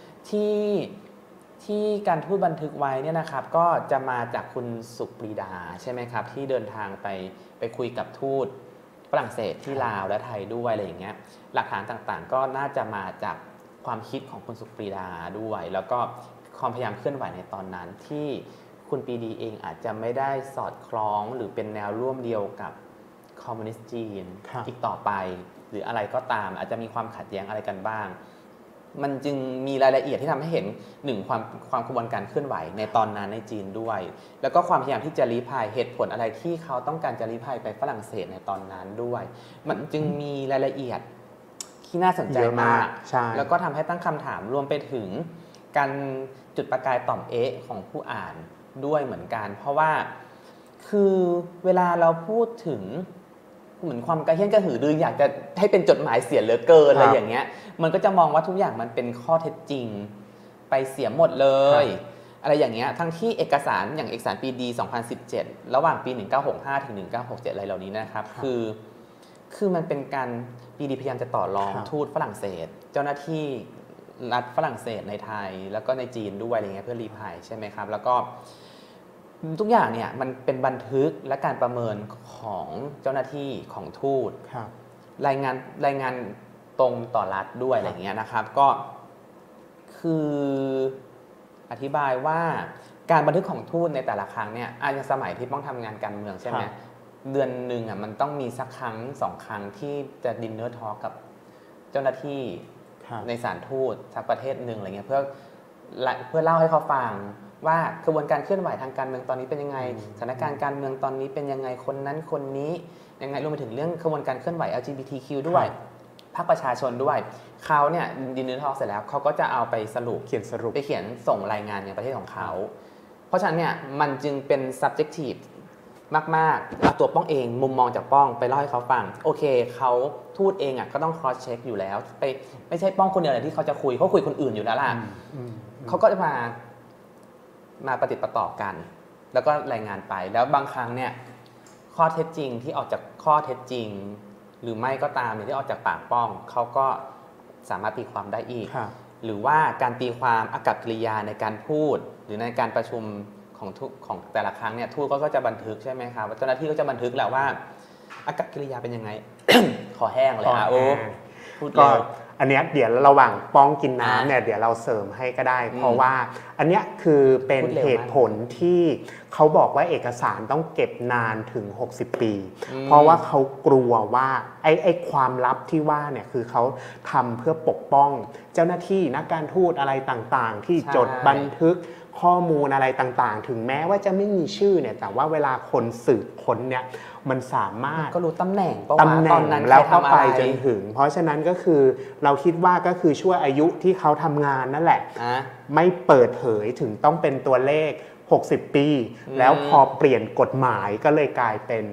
ที่การทูตบันทึกไว้เนี่ยนะครับก็จะมาจากคุณสุปรีดาใช่ไหมครับที่เดินทางไปคุยกับทูตฝรั่งเศสที่ลาวและไทยด้วยอะไรอย่างเงี้ยหลักฐานต่างๆก็น่าจะมาจากความคิดของคุณสุปรีดาด้วยแล้วก็ความพยายามเคลื่อนไหวในตอนนั้นที่คุณปรีดีเองอาจจะไม่ได้สอดคล้องหรือเป็นแนวร่วมเดียวกับคอมมิวนิสต์จีนอีกต่อไปหรืออะไรก็ตามอาจจะมีความขัดแย้งอะไรกันบ้างมันจึงมีรายละเอียดที่ทำให้เห็นความกระบวนการเคลื่อนไหวในตอนนั้นในจีนด้วยแล้วก็ความพยายามที่จะลี้ภัยเหตุผลอะไรที่เขาต้องการจะลี้ภัยไปฝรั่งเศสในตอนนั้นด้วยมันจึงมีรายละเอียดที่น่าสนใจมากแล้วก็ทำให้ตั้งคำถามรวมไปถึงการจุดประกายต่อมเอ๊ะของผู้อ่านด้วยเหมือนกันเพราะว่าคือเวลาเราพูดถึงเหมือนความกระเฮี้ยนกระหือรืออยากจะให้เป็นจดหมายเสียเหลือเกินอะไรอย่างเงี้ยมันก็จะมองว่าทุกอย่างมันเป็นข้อเท็จจริงไปเสียหมดเลยอะไรอย่างเงี้ยทั้งที่เอกสารอย่างเอกสารปีดี2017ระหว่างปี1965ถึง1967อะไรเหล่านี้นะครับคือมันเป็นการปีดีพยายามจะต่อรองทูตฝรั่งเศสเจ้าหน้าที่รัฐฝรั่งเศสในไทยแล้วก็ในจีนด้วยอะไรเงี้ยเพื่อลี้ภัยใช่ไหมครับแล้วก็ทุกอย่างเนี่ยมันเป็นบันทึกและการประเมินของเจ้าหน้าที่ของทูตรายงานตรงต่อรัฐด้วยอะไรเงี้ยนะครับก็คืออธิบายว่าการบันทึกของทูตในแต่ละครั้งเนี่ยอย่างสมัยที่ต้องทำงานการเมืองใช่ไหมเดือนหนึ่งมันต้องมีสักครั้ง2 ครั้งที่จะดินเนอร์ทอล์กกับเจ้าหน้าที่ในสถานทูตสักประเทศหนึ่งอะไรเงี้ยเพื่อเล่าให้เขาฟังว่ากระบวนการเคลื่อนไหวทางการเมืองตอนนี้เป็นยังไงสถานการณ์การเมืองตอนนี้เป็นยังไงคนนั้นคนนี้ยังไงรวมไปถึงเรื่องกระบวนการเคลื่อนไหว LGBTQ ด้วยภาคประชาชนด้วยเขาเนี่ยดินเนอร์ทอล์กเสร็จแล้วเขาก็จะเอาไปสรุปไปเขียนส่งรายงานในประเทศของเขาเพราะฉะนั้นเนี่ยมันจึงเป็น subjective มากๆตัวป้องเองมุมมองจากป้องไปเล่าให้เขาฟังโอเคเขาทูตเองก็ต้อง cross check อยู่แล้วไปไม่ใช่ป้องคนเดียวเลยที่เขาจะคุยเขาคุยคนอื่นอยู่แล้วล่ะเขาก็จะมาปฏิบัติต่อกันแล้วก็รายงานไปแล้วบางครั้งเนี่ยข้อเท็จจริงที่ออกจากข้อเท็จจริงหรือไม่ก็ตามที่ออกจากปากป้องเขาก็สามารถตีความได้อีกหรือว่าการตีความอากัปกิริยาในการพูดหรือในการประชุมของแต่ละครั้งเนี่ยทูตก็จะบันทึกใช่ไหมครับเจ้าหน้าที่ก็จะบันทึกแหละว่าอากัปกิริยาเป็นยังไง ขอแห้งเลยโอ้พูดเร็วอันนี้เดี๋ยวระหว่างป้องกินน้ำเนี่ยเดี๋ยวเราเสริมให้ก็ได้เพราะว่าอันนี้คือเป็นเหตุผลที่เขาบอกว่าเอกสารต้องเก็บนานถึง60 ปีเพราะว่าเขากลัวว่าไอ้ความลับที่ว่าเนี่ยคือเขาทำเพื่อปกป้องเจ้าหน้าที่นักการทูตอะไรต่างๆที่จดบันทึกข้อมูลอะไรต่างๆถึงแม้ว่าจะไม่มีชื่อเนี่ยแต่ว่าเวลาคนสืบค้นเนี่ยมันสามารถก็รู้ตำแหน่งตอนนั้นแล้วก็ไปจนถึงเพราะฉะนั้นก็คือเราคิดว่าก็คือช่วงอายุที่เขาทำงานนั่นแหละไม่เปิดเผยถึงต้องเป็นตัวเลข60 ปีแล้วพอเปลี่ยนกฎหมายก็เลยกลายเป็น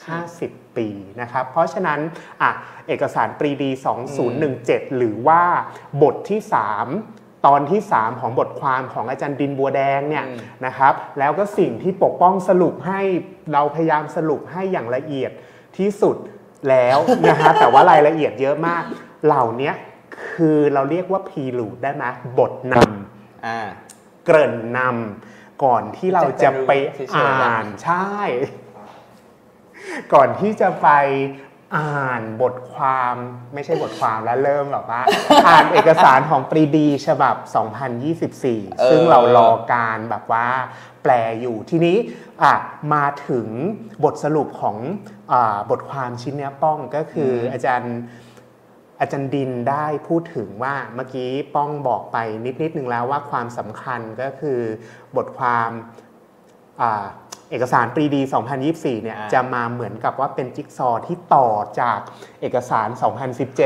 50 ปีนะครับเพราะฉะนั้นเอกสารปรีดี2017หรือว่าบทที่3ตอนที่3ของบทความของอาจารย์ดินบัวแดงเนี่ยนะครับแล้วก็สิ่งที่ปกป้องสรุปให้เราพยายามสรุปให้อย่างละเอียดที่สุดแล้วนะฮะ แต่ว่ารายละเอียดเยอะมากเหล่านี้คือเราเรียกว่าพีรูดได้ไหมบทนำเกริ่นนำก่อนที่เราจะไปอ่านใช่ก่อนที่จะไปอ่านบทความไม่ใช่บทความแล้วเริ่มแบบว่าอ่านเอกสารของปรีดีฉบับ2024ซึ่งเรารอการแบบว่าแปลอยู่ทีนี้มาถึงบทสรุปของบทความชิ้นนี้ป้องก็คืออาจารย์ดินได้พูดถึงว่าเมื่อกี้ป้องบอกไปนิดนึงแล้วว่าความสำคัญก็คือบทความเอกสารปรีดี2024เนี่ยจะมาเหมือนกับว่าเป็นจิ๊กซอว์ที่ต่อจากเอกสาร2017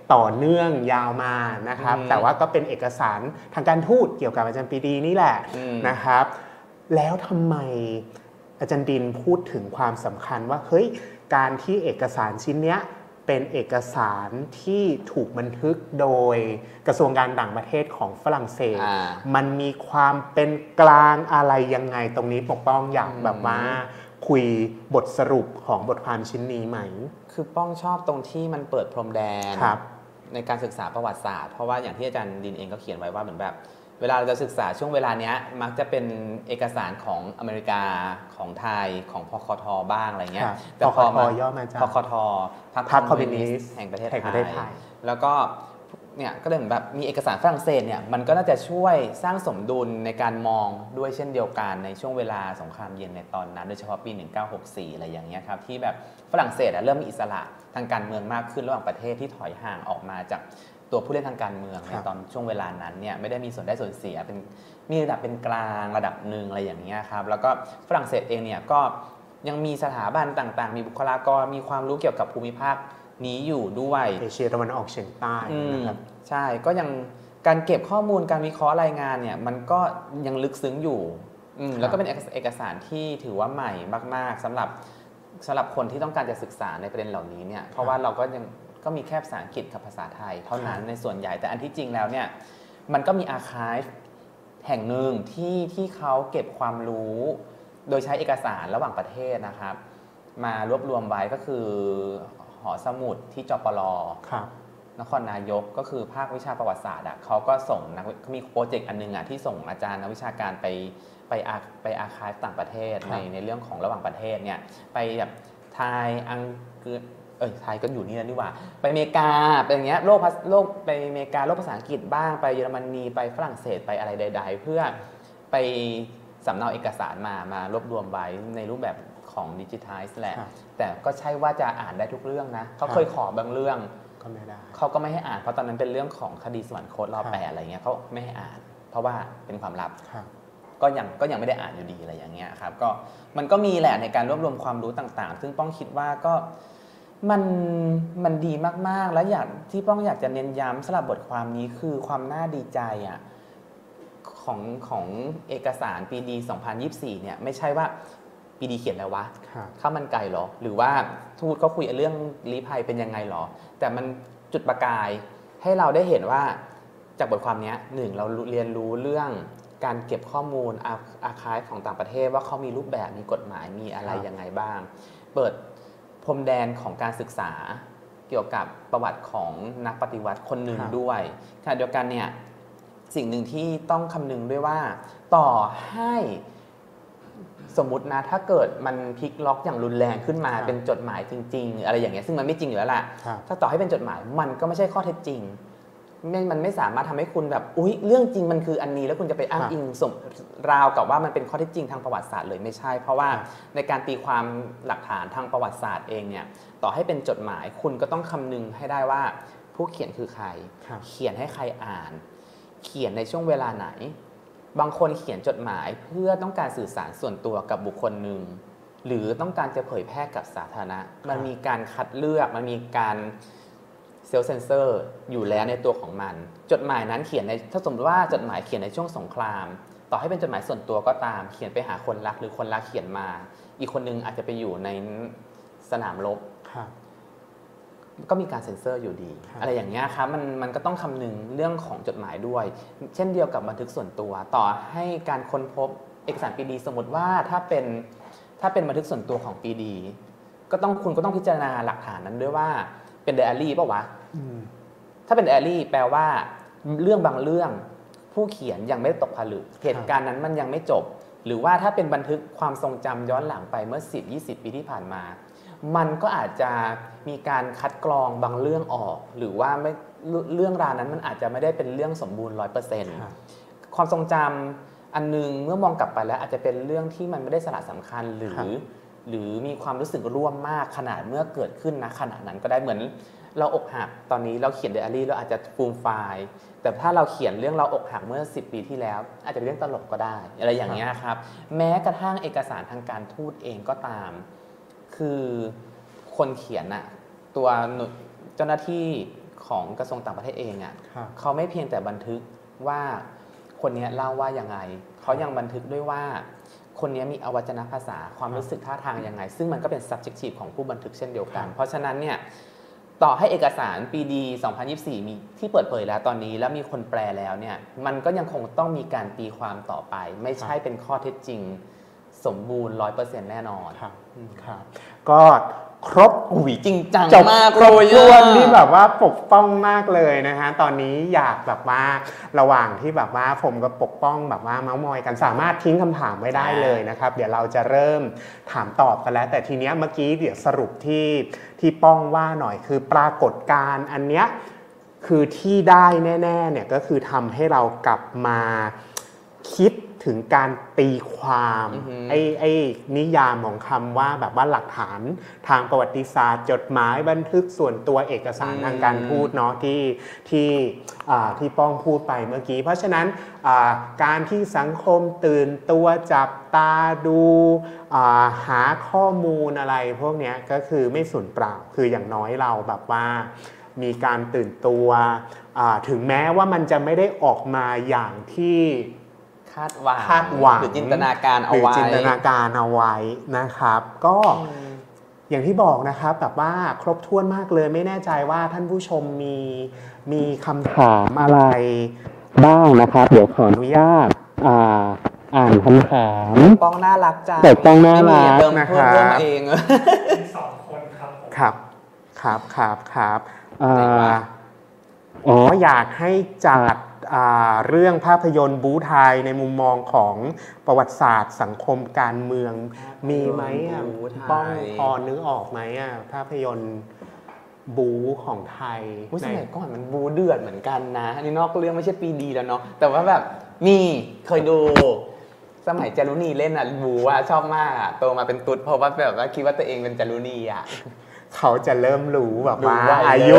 ต่อเนื่องยาวมานะครับแต่ว่าก็เป็นเอกสารทางการทูตเกี่ยวกับอาจารย์ปรีดีนี่แหละนะครับแล้วทำไมอาจารย์ดินพูดถึงความสำคัญว่าเฮ้ยการที่เอกสารชิ้นเนี้ยเป็นเอกสารที่ถูกบันทึกโดยกระทรวงการต่างประเทศของฝรั่งเศสมันมีความเป็นกลางอะไรยังไงตรงนี้ปกป้องอยากแบบว่าคุยบทสรุปของบทความชิ้นนี้ไหมคือป้องชอบตรงที่มันเปิดพรมแดนในการศึกษาประวัติศาสตร์เพราะว่าอย่างที่อาจารย์ดินเองก็เขียนไว้ว่าเหมือนแบบเวลาเราจะศึกษาช่วงเวลานี้มักจะเป็นเอกสารของอเมริกาของไทยของพคท.บ้างอะไรเงี้ยแต่พคท.ย่อมาจากพคท.พรรคคอมมิวนิสต์แห่งประเทศไทยแล้วก็เนี่ยก็เลยเหมือนแบบมีเอกสารฝรั่งเศสเนี่ยมันก็น่าจะช่วยสร้างสมดุลในการมองด้วยเช่นเดียวกันในช่วงเวลาสงครามเย็นในตอนนั้นโดยเฉพาะปี 1964 อะไรอย่างเงี้ยครับที่แบบฝรั่งเศสเริ่มมีอิสระทางการเมืองมากขึ้นระหว่างประเทศที่ถอยห่างออกมาจากตัวผู้เล่นทางการเมืองในตอนช่วงเวลานั้นเนี่ยไม่ได้มีส่วนได้ส่วนเสียเป็นมีระดับเป็นกลางระดับหนึ่งอะไรอย่างเงี้ยครับแล้วก็ฝรั่งเศสเองเนี่ยก็ยังมีสถาบันต่างๆมีบุคลากรมีความรู้เกี่ยวกับภูมิภาคนี้อยู่ด้วยเอเชียตะวันออกเฉียงใต้นะครับใช่ก็ยังการเก็บข้อมูลการวิเคราะห์รายงานเนี่ยมันก็ยังลึกซึ้งอยู่แล้วก็เป็นเอกสารที่ถือว่าใหม่มากๆสำหรับคนที่ต้องการจะศึกษาในประเด็นเหล่านี้เนี่ยเพราะว่าเราก็มีแค่ภาษาอังกฤษกับภาษาไทยเท่านั้นในส่วนใหญ่แต่อันที่จริงแล้วเนี่ยมันก็มีอาร์คีฟแห่งหนึ่งที่เขาเก็บความรู้โดยใช้เอกสารระหว่างประเทศนะครับมารวบรวมไว้ก็คือหอสมุดที่จปร.นครนายกก็คือภาควิชาประวัติศาสตร์เขาก็ส่งมีโปรเจกต์อันนึงที่ส่งอาจารย์นักวิชาการไปอาร์คีฟต่างประเอในเรื่องของระหว่างประเทศเนี่ยไปแบบไทยอังกฤษไทยก็อยู่นี่แล้วนี่หว่าไปอเมริกาเป็นอย่างเงี้ยโลกไปอเมริกาโลกภาษาอังกฤษบ้างไปเยอรมนีไปฝรั่งเศสไปอะไรใดๆเพื่อไปสำเนาเอกสารมารวบรวมไว้ในรูปแบบของดิจิทัลแหละแต่ก็ใช่ว่าจะอ่านได้ทุกเรื่องนะเขาเคยขอบางเรื่องก็ไม่ได้เขาก็ไม่ให้อ่านเพราะตอนนั้นเป็นเรื่องของคดีสวรรคตรอบ8อะไรเงี้ยเขาไม่ให้อ่านเพราะว่าเป็นความลับก็ยังไม่ได้อ่านอยู่ดีอะไรอย่างเงี้ยครับก็มันก็มีแหละในการรวบรวมความรู้ต่างๆซึ่งป้องคิดว่าก็มันดีมากๆแล้วที่ป้องอยากจะเน้นย้ำสำหรับบทความนี้คือความน่าดีใจของเอกสารปีดี 2024 เนี่ยไม่ใช่ว่าปีดีเขียนแล้ววะข้าวมันไก่หรอหรือว่าทูตเขาคุยเรื่องลี้ภัยเป็นยังไงหรอแต่มันจุดประกายให้เราได้เห็นว่าจากบทความนี้1เราเรียนรู้เรื่องการเก็บข้อมูลอาร์คีฟของต่างประเทศว่าเขามีรูปแบบมีกฎหมายมีอะไรยังไงบ้างเปิดพรมแดนของการศึกษาเกี่ยวกับประวัติของนักปฏิวัติคนหนึ่งด้วยขณะเดียวกันเนี่ยสิ่งหนึ่งที่ต้องคำนึงด้วยว่าต่อให้สมมุตินะถ้าเกิดมันพลิกล็อกอย่างรุนแรงขึ้นมาเป็นจดหมายจริงๆอะไรอย่างเงี้ยซึ่งมันไม่จริงอยู่แล้วล่ะถ้าต่อให้เป็นจดหมายมันก็ไม่ใช่ข้อเท็จจริงมันไม่สามารถทำให้คุณแบบอุ๊ยเรื่องจริงมันคืออันนี้แล้วคุณจะไปอ้างอิงราวกับว่ามันเป็นข้อเท็จจริงทางประวัติศาสตร์เลยไม่ใช่เพราะว่าในการตีความหลักฐานทางประวัติศาสตร์เองเนี่ยต่อให้เป็นจดหมายคุณก็ต้องคำนึงให้ได้ว่าผู้เขียนคือใครเขียนให้ใครอ่านเขียนในช่วงเวลาไหนบางคนเขียนจดหมายเพื่อต้องการสื่อสารส่วนตัวกับบุคคลหนึ่งหรือต้องการจะเผยแพร่กับสาธารณะมันมีการคัดเลือกมันมีการเซลล์เซนเซอร์อยู่แล้วในตัวของมันจดหมายนั้นเขียนในถ้าสมมติว่าจดหมายเขียนในช่วงสงครามต่อให้เป็นจดหมายส่วนตัวก็ตามเขียนไปหาคนรักหรือคนรักเขียนมาอีกคนนึงอาจจะไปอยู่ในสนามรบก็มีการเซ็นเซอร์อยู่ดีอะไรอย่างเงี้ยครับมันก็ต้องคำนึงเรื่องของจดหมายด้วยเช่นเดียวกับบันทึกส่วนตัวต่อให้การค้นพบเอกสารปีดีสมมติว่าถ้าเป็นบันทึกส่วนตัวของปีดีคุณก็ต้องพิจารณาหลักฐานนั้นด้วยว่าเป็นไดอารี่ป่ะวะถ้าเป็นไดอารี่แปลว่าเรื่องบางเรื่องผู้เขียนยังไม่ได้ตกผลึกเหตุการณ์นั้นมันยังไม่จบหรือว่าถ้าเป็นบันทึกความทรงจำย้อนหลังไปเมื่อ 10-20 ปีที่ผ่านมามันก็อาจจะมีการคัดกรองบางเรื่องออกหรือว่าเรื่องราวนั้นมันอาจจะไม่ได้เป็นเรื่องสมบูรณ์ 100% ความทรงจำอันนึงเมื่อมองกลับไปแล้วอาจจะเป็นเรื่องที่มันไม่ได้สาระสำคัญหรือมีความรู้สึกร่วมมากขนาดเมื่อเกิดขึ้นณขณะนั้นก็ได้เหมือนเราอกหักตอนนี้เราเขียนไดอารี่เราอาจจะฟูมไฟล์แต่ถ้าเราเขียนเรื่องเราอกหักเมื่อ10 ปีที่แล้วอาจจะเป็นเรื่องตลกก็ได้อะไรอย่างเงี้ยครับแม้กระทั่งเอกสารทางการทูตเองก็ตามคือคนเขียนตัวเจ้าหน้าที่ของกระทรวงต่างประเทศเองอ่ะครับเขาไม่เพียงแต่บันทึกว่าคนนี้เล่าว่ายังไงเขายังบันทึกด้วยว่าคนนี้มีอวัจนภาษาความรู้สึกท่าทางยังไงซึ่งมันก็เป็น subjective ของผู้บันทึกเช่นเดียวกัน เพราะฉะนั้นเนี่ยต่อให้เอกสารปีดี 2024 มีที่เปิดเผยแล้วตอนนี้แล้วมีคนแปลแล้วเนี่ยมันก็ยังคงต้องมีการตีความต่อไป ไม่ใช่เป็นข้อเท็จจริงสมบูรณ์ 100% แน่นอนครับครับก็ครบอุ้ยจริงจังจบมากครบถ้วนที่แบบว่าปกป้องมากเลยนะฮะตอนนี้อยากแบบว่าระหว่างที่แบบว่าผมกับปกป้องแบบว่าเมาส์มอยกันสามารถทิ้งคำถามไว้ได้เลยนะครับเดี๋ยวเราจะเริ่มถามตอบกันแล้วแต่ทีเนี้ยเมื่อกี้เดี๋ยวสรุปที่ป้องว่าหน่อยคือปรากฏการณ์อันเนี้ยคือที่ได้แน่ๆเนี่ยก็คือทำให้เรากลับมาคิดถึงการตีความไอ้นิยามของคำว่าแบบว่าหลักฐานทางประวัติศาสตร์จดหมายบันทึกส่วนตัวเอกสารทางการทูตเนาะที่ป้องพูดไปเมื่อกี้เพราะฉะนั้นการที่สังคมตื่นตัวจับตาดูหาข้อมูลอะไรพวกนี้ก็คือไม่สูญเปล่าคืออย่างน้อยเราแบบว่ามีการตื่นตัวถึงแม้ว่ามันจะไม่ได้ออกมาอย่างที่คาดหวังหรือจินตนาการเอาไว้นะครับก็อย่างที่บอกนะครับแบบว่าครบถ้วนมากเลยไม่แน่ใจว่าท่านผู้ชมมีคำถามอะไรบ้างนะครับเดี๋ยวขออนุญาตอ่านคำถามป้องน่ารักจังป้องน่ารักนะครับเพิ่มเอง 2 คนครับผมครับอยากให้จัดเรื่องภาพยนตร์บู๊ไทยในมุมมองของประวัติศาสตร์สังคมการเมืองมีไหมป้องพอนึกออกไหมภาพยนตร์บู๊ของไทยสมัยก่อนมันบู๊เดือดเหมือนกันนะอันนี้นอกเรื่องไม่ใช่ปีดีแล้วเนาะแต่ว่าแบบเคยดูสมัยจารุณีเล่นบู๊ชอบมากโตมาเป็นตุ๊ดเพราะว่าแบบว่าคิดว่าตัวเองเป็นจารุณีเขาจะเริ่มรู้แบบว่าอายุ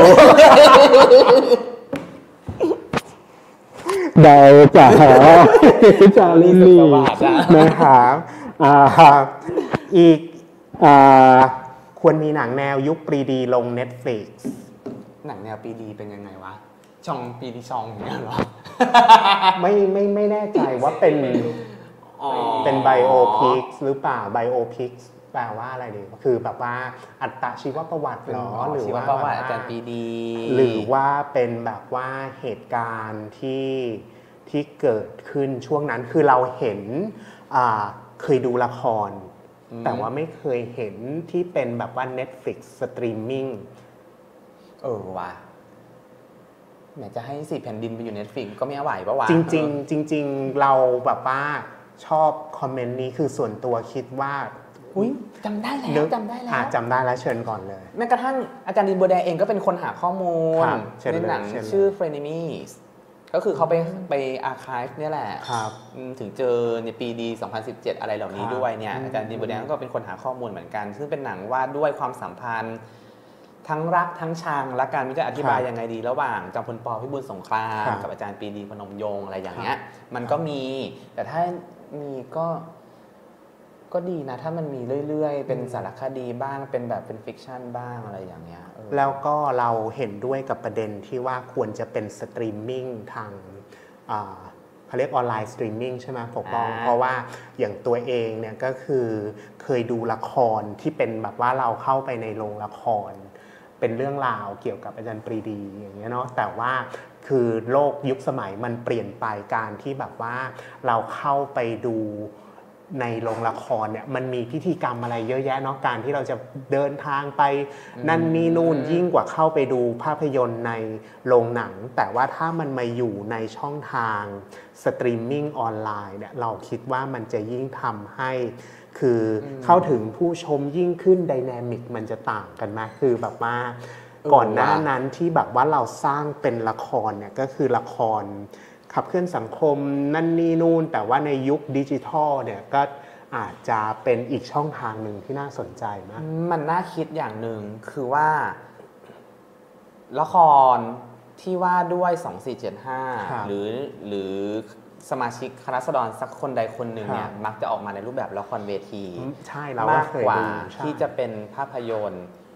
เดาจากจารุณีนะครับอีกควรมีหนังแนวยุคปรีดีลง Netflix หนังแนวปรีดีเป็นยังไงวะช่องปรีดีช่องอย่างเงี้ยหรอไม่แน่ใจว่าเป็นไบโอพิกหรือเปล่าไบโอพิกแปลว่าอะไรดีคือแบบว่าอัตชีวประวัติหรอหรือว่าประวัติอาจารย์ปรีดีหรือว่าเป็นแบบว่าเหตุการณ์ที่เกิดขึ้นช่วงนั้นคือเราเห็นเคยดูละครแต่ว่าไม่เคยเห็นที่เป็นแบบว่า Netflix สตรีมมิ่งว่ะแหมจะให้4แผ่นดินไปอยู่ Netflix ก็ไม่ไหวปะวะจริงเราแบบว่าชอบคอมเมนต์นี้คือส่วนตัวคิดว่าจำได้แล้วจำได้แล้วเชิญก่อนเลยแม้กระทั่งอาจารย์ดินบัวแดงเองก็เป็นคนหาข้อมูลในหนังชื่อ Frenemies ก็คือเขาไปอาร์ไคฟ์เนี่ยแหละถึงเจอในปีดี 2017 อะไรเหล่านี้ด้วยเนี่ยอาจารย์ดินบัวแดงก็เป็นคนหาข้อมูลเหมือนกันซึ่งเป็นหนังว่าด้วยความสัมพันธ์ทั้งรักทั้งชังและการมิจะอธิบายยังไงดีระหว่างจอมพลป.พิบูลสงครามกับอาจารย์ปรีดีพนมยงค์อะไรอย่างเงี้ยมันก็มีแต่ถ้ามีก็ดีนะถ้ามันมีเรื่อยๆเป็นสารคดีบ้างเป็นแบบเป็นฟิกชันบ้างอะไรอย่างเงี้ยแล้วก็เราเห็นด้วยกับประเด็นที่ว่าควรจะเป็นสตรีมมิ่งทางเขาเรียกออนไลน์สตรีมมิ่งใช่ไหมปกป้องเพราะว่าอย่างตัวเองเนี่ยก็คือเคยดูละครที่เป็นแบบว่าเราเข้าไปในโรงละครเป็นเรื่องราวเกี่ยวกับอาจารย์ปรีดีอย่างเงี้ยเนาะแต่ว่าคือโลกยุคสมัยมันเปลี่ยนไปการที่แบบว่าเราเข้าไปดูในโรงละครเนี่ยมันมีพิธีกรรมอะไรเยอะแยะเนาะการที่เราจะเดินทางไปนั่นนี่นู่นยิ่งกว่าเข้าไปดูภาพยนตร์ในโรงหนังแต่ว่าถ้ามันมาอยู่ในช่องทางสตรีมมิ่งออนไลน์เนี่ยเราคิดว่ามันจะยิ่งทำให้คือเข้าถึงผู้ชมยิ่งขึ้นไดนามิกมันจะต่างกันไหมคือแบบว่าก่อนหน้านั้นที่แบบว่าเราสร้างเป็นละครเนี่ยก็คือละครขับเคลื่อนสังคมนั่นนี่นู่นแต่ว่าในยุคดิจิทัลเนี่ยก็อาจจะเป็นอีกช่องทางหนึ่งที่น่าสนใจมากมันน่าคิดอย่างหนึ่งคือว่าละครที่ว่าด้วย2475หรือสมาชิกคณะราษฎรสักคนใดคนหนึ่งเนี่ยมักจะออกมาในรูปแบบละครเวทีใช่มากกว่าที่จะเป็นภาพยนตร์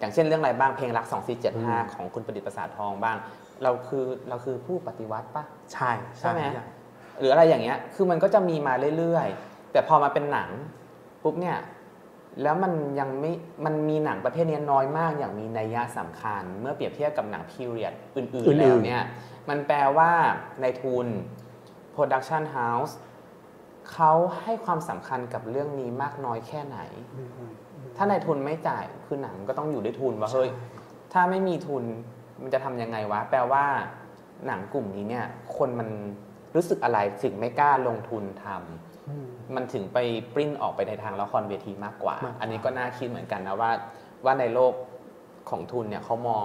อย่างเช่นเรื่องอะไรบ้างเพลงรัก2475ของคุณประดิษฐ์ประสาททองบ้างเราคือผู้ปฏิวัติปะใช่ไหมหรืออะไรอย่างเงี้ยคือมันก็จะมีมาเรื่อยๆแต่พอมาเป็นหนังปุ๊บเนี่ยแล้วมันยังไม่มันมีหนังประเภทนี้น้อยมากอย่างมีนัยสำคัญเมื่อเปรียบเทียบกับหนังพีเรียดอื่นๆแล้วเนี่ยมันแปลว่าในทุน Production House เขาให้ความสำคัญกับเรื่องนี้มากน้อยแค่ไหนถ้าในทุนไม่จ่ายคือหนังก็ต้องอยู่ด้วยทุนว่าเฮ้ยถ้าไม่มีทุนมันจะทำยังไงวะแปลว่าหนังกลุ่มนี้เนี่ยคนมันรู้สึกอะไรถึงไม่กล้าลงทุนทำมันถึงไปปริ้นออกไปในทางละครเวทีมากกว่าอันนี้ก็น่าคิดเหมือนกันนะว่าในโลกของทุนเนี่ยเขามอง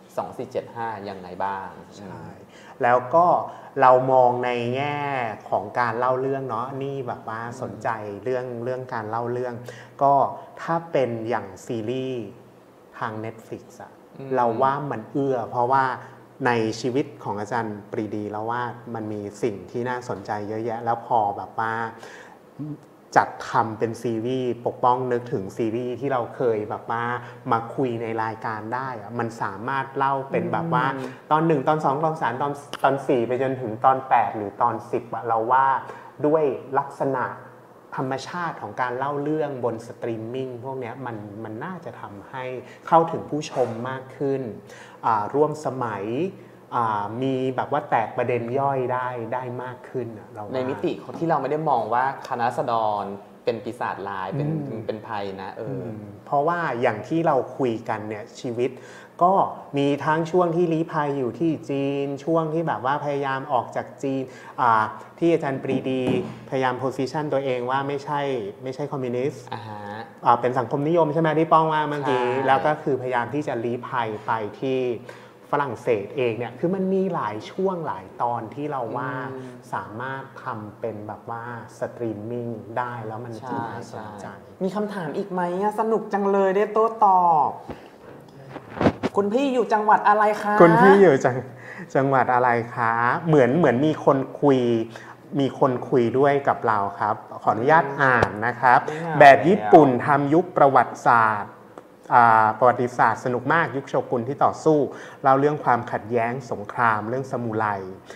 2475ยังไงบ้างใช่แล้วก็เรามองในแง่ของการเล่าเรื่องเนาะนี่แบบว่าสนใจเรื่องการเล่าเรื่องก็ถ้าเป็นอย่างซีรีส์ทาง Netflix อะเราว่ามันเพราะว่าในชีวิตของอาจารย์ปรีดีแล้วว่ามันมีสิ่งที่น่าสนใจเยอะแยะแล้วพอแบบว่าจัดทำเป็นซีรีส์ปกป้องนึกถึงซีรีส์ที่เราเคยแบบว่ามาคุยในรายการได้อะมันสามารถเล่าเป็นแบบว่าตอน1ตอน2ตอน3ตอน4ไปจนถึงตอน8หรือตอน10อะเราว่าด้วยลักษณะธรรมชาติของการเล่าเรื่องบนสตรีมมิ่งพวกนี้มันน่าจะทำให้เข้าถึงผู้ชมมากขึ้นร่วมสมัยมีแบบว่าแตกประเด็นย่อยได้มากขึ้นเราในมิติที่เราไม่ได้มองว่าคณะราษฎรเป็นปีศาจร้ายเป็นภัยนะเพราะว่าอย่างที่เราคุยกันเนี่ยชีวิตก็มีทั้งช่วงที่ลี้ภัยอยู่ที่จีนช่วงที่แบบว่าพยายามออกจากจีนที่อาจารย์ปรีดีพยายามโพสิชันตัวเองว่าไม่ใช่คอมมิวนิสต์เป็นสังคมนิยมใช่ไหมที่ป้องว่าเมื่อกี้แล้วก็คือพยายามที่จะลี้ภัยไปที่ฝรั่งเศสเองเนี่ยคือมันมีหลายช่วงหลายตอนที่เราว่าสามารถทำเป็นแบบว่าสตรีมมิ่งได้แล้วมันน่าสนใจมีคำถามอีกไหมสนุกจังเลยได้โต้ตอบคุณพี่อยู่จังหวัดอะไรคะคุณพี่อยู่จังหวัดอะไรคะเหมือนมีคนคุยด้วยกับเราครับขออนุญาตอ่านนะครับแบบญี่ปุ่นทำยุคประวัติศาสตร์สนุกมากยุคโชกุนที่ต่อสู้เล่าเรื่องความขัดแย้งสงครามเรื่องซามูไร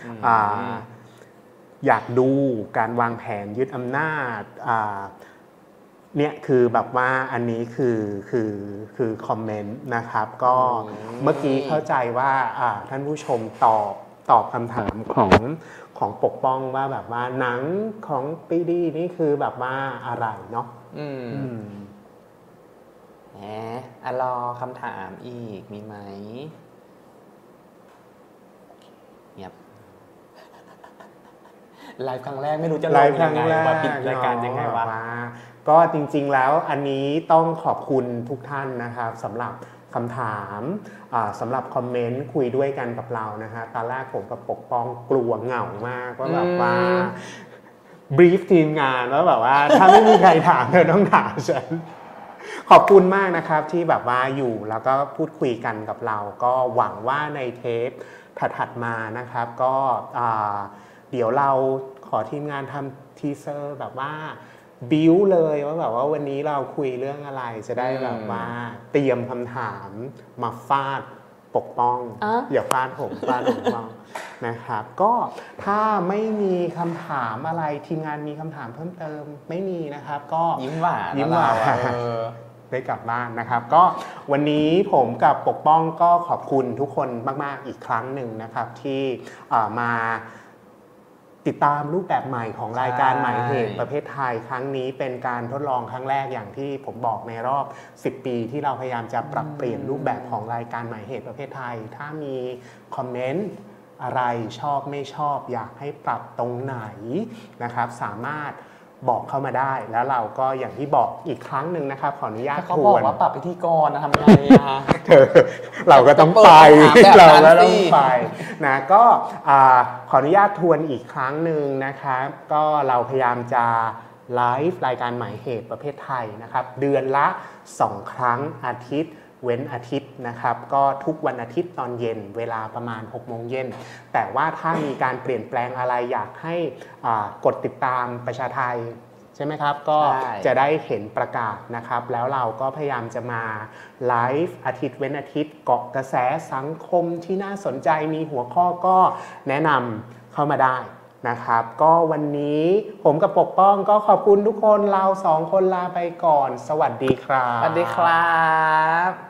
อยากดูการวางแผนยึดอำนาจเนี่ยคือแบบว่าอันนี้คือคอมเมนต์นะครับก็เมื่อกี้เข้าใจว่าท่านผู้ชมตอบคำถามของปกป้องว่าแบบว่าหนังของปีดีนี่คือแบบว่าอะไรเนาะรอคำถามอีกมีไหมเงียบไลฟ์ครั้งแรกไม่รู้จะลงยังไงว่าปิดรายการยังไงวะก็จริงๆแล้วอันนี้ต้องขอบคุณทุกท่านนะครับสำหรับคำถามสำหรับคอมเมนต์คุยด้วยกันกับเรานะฮะตอนแรกผมกับปกป้องกลัวเหงามากว่าแบบว่าบรีฟทีมงานว่าแบบว่าถ้าไม่มีใครถามเธอต้องถามฉันขอบคุณมากนะครับที่แบบว่าอยู่แล้วก็พูดคุยกันกับเราก็หวังว่าในเทปถัดมานะครับก็เดี๋ยวเราขอทีมงานทำทีเซอร์แบบว่าบิ้วเลยว่าแบบว่าวันนี้เราคุยเรื่องอะไรจะได้แบบว่าเตรียมคำถามมาฟาดปกป้องอย่าฟาดผมฟาดปกป้องนะครับก็ถ้าไม่มีคำถามอะไรทีมงานมีคำถามเพิ่มเติมไม่มีนะครับก็ยิ้มหวานได้กลับบ้านนะครับก็วันนี้ผมกับปกป้องก็ขอบคุณทุกคนมากๆอีกครั้งหนึ่งนะครับที่มาติดตามรูปแบบใหม่ของรายการหมายเหตุประเภทไทยครั้งนี้เป็นการทดลองครั้งแรกอย่างที่ผมบอกในรอบ10 ปีที่เราพยายามจะปรับเปลี่ยนรูปแบบของรายการหมายเหตุประเภทไทยถ้ามีคอมเมนต์อะไรชอบไม่ชอบอยากให้ปรับตรงไหนนะครับสามารถบอกเข้ามาได้แล้วเราก็อย่างที่บอกอีกครั้งหนึ่งนะครับขออนุญาตเขาบอกว่าปรับพิธีกรนะทำไงเราก็ต้องไปนะก็ขออนุญาตทวนอีกครั้งหนึ่งนะครับก็เราพยายามจะไลฟ์รายการหมายเหตุประเภทไทยนะครับเดือนละ2 ครั้งอาทิตย์เว้นอาทิตย์นะครับก็ทุกวันอาทิตย์ตอนเย็นเวลาประมาณ 18:00 น.แต่ว่าถ้ามีการเปลี่ยนแปลงอะไรอยากให้กดติดตามประชาไทยใช่ไหมครับก็จะได้เห็นประกาศนะครับแล้วเราก็พยายามจะมาไลฟ์อาทิตย์เว้นอาทิตย์เกาะกระแสสังคมที่น่าสนใจมีหัวข้อก็แนะนำเข้ามาได้นะครับก็วันนี้ผมกับปกป้องก็ขอบคุณทุกคนเรา2 คนลาไปก่อนสวัสดีครับสวัสดีครับ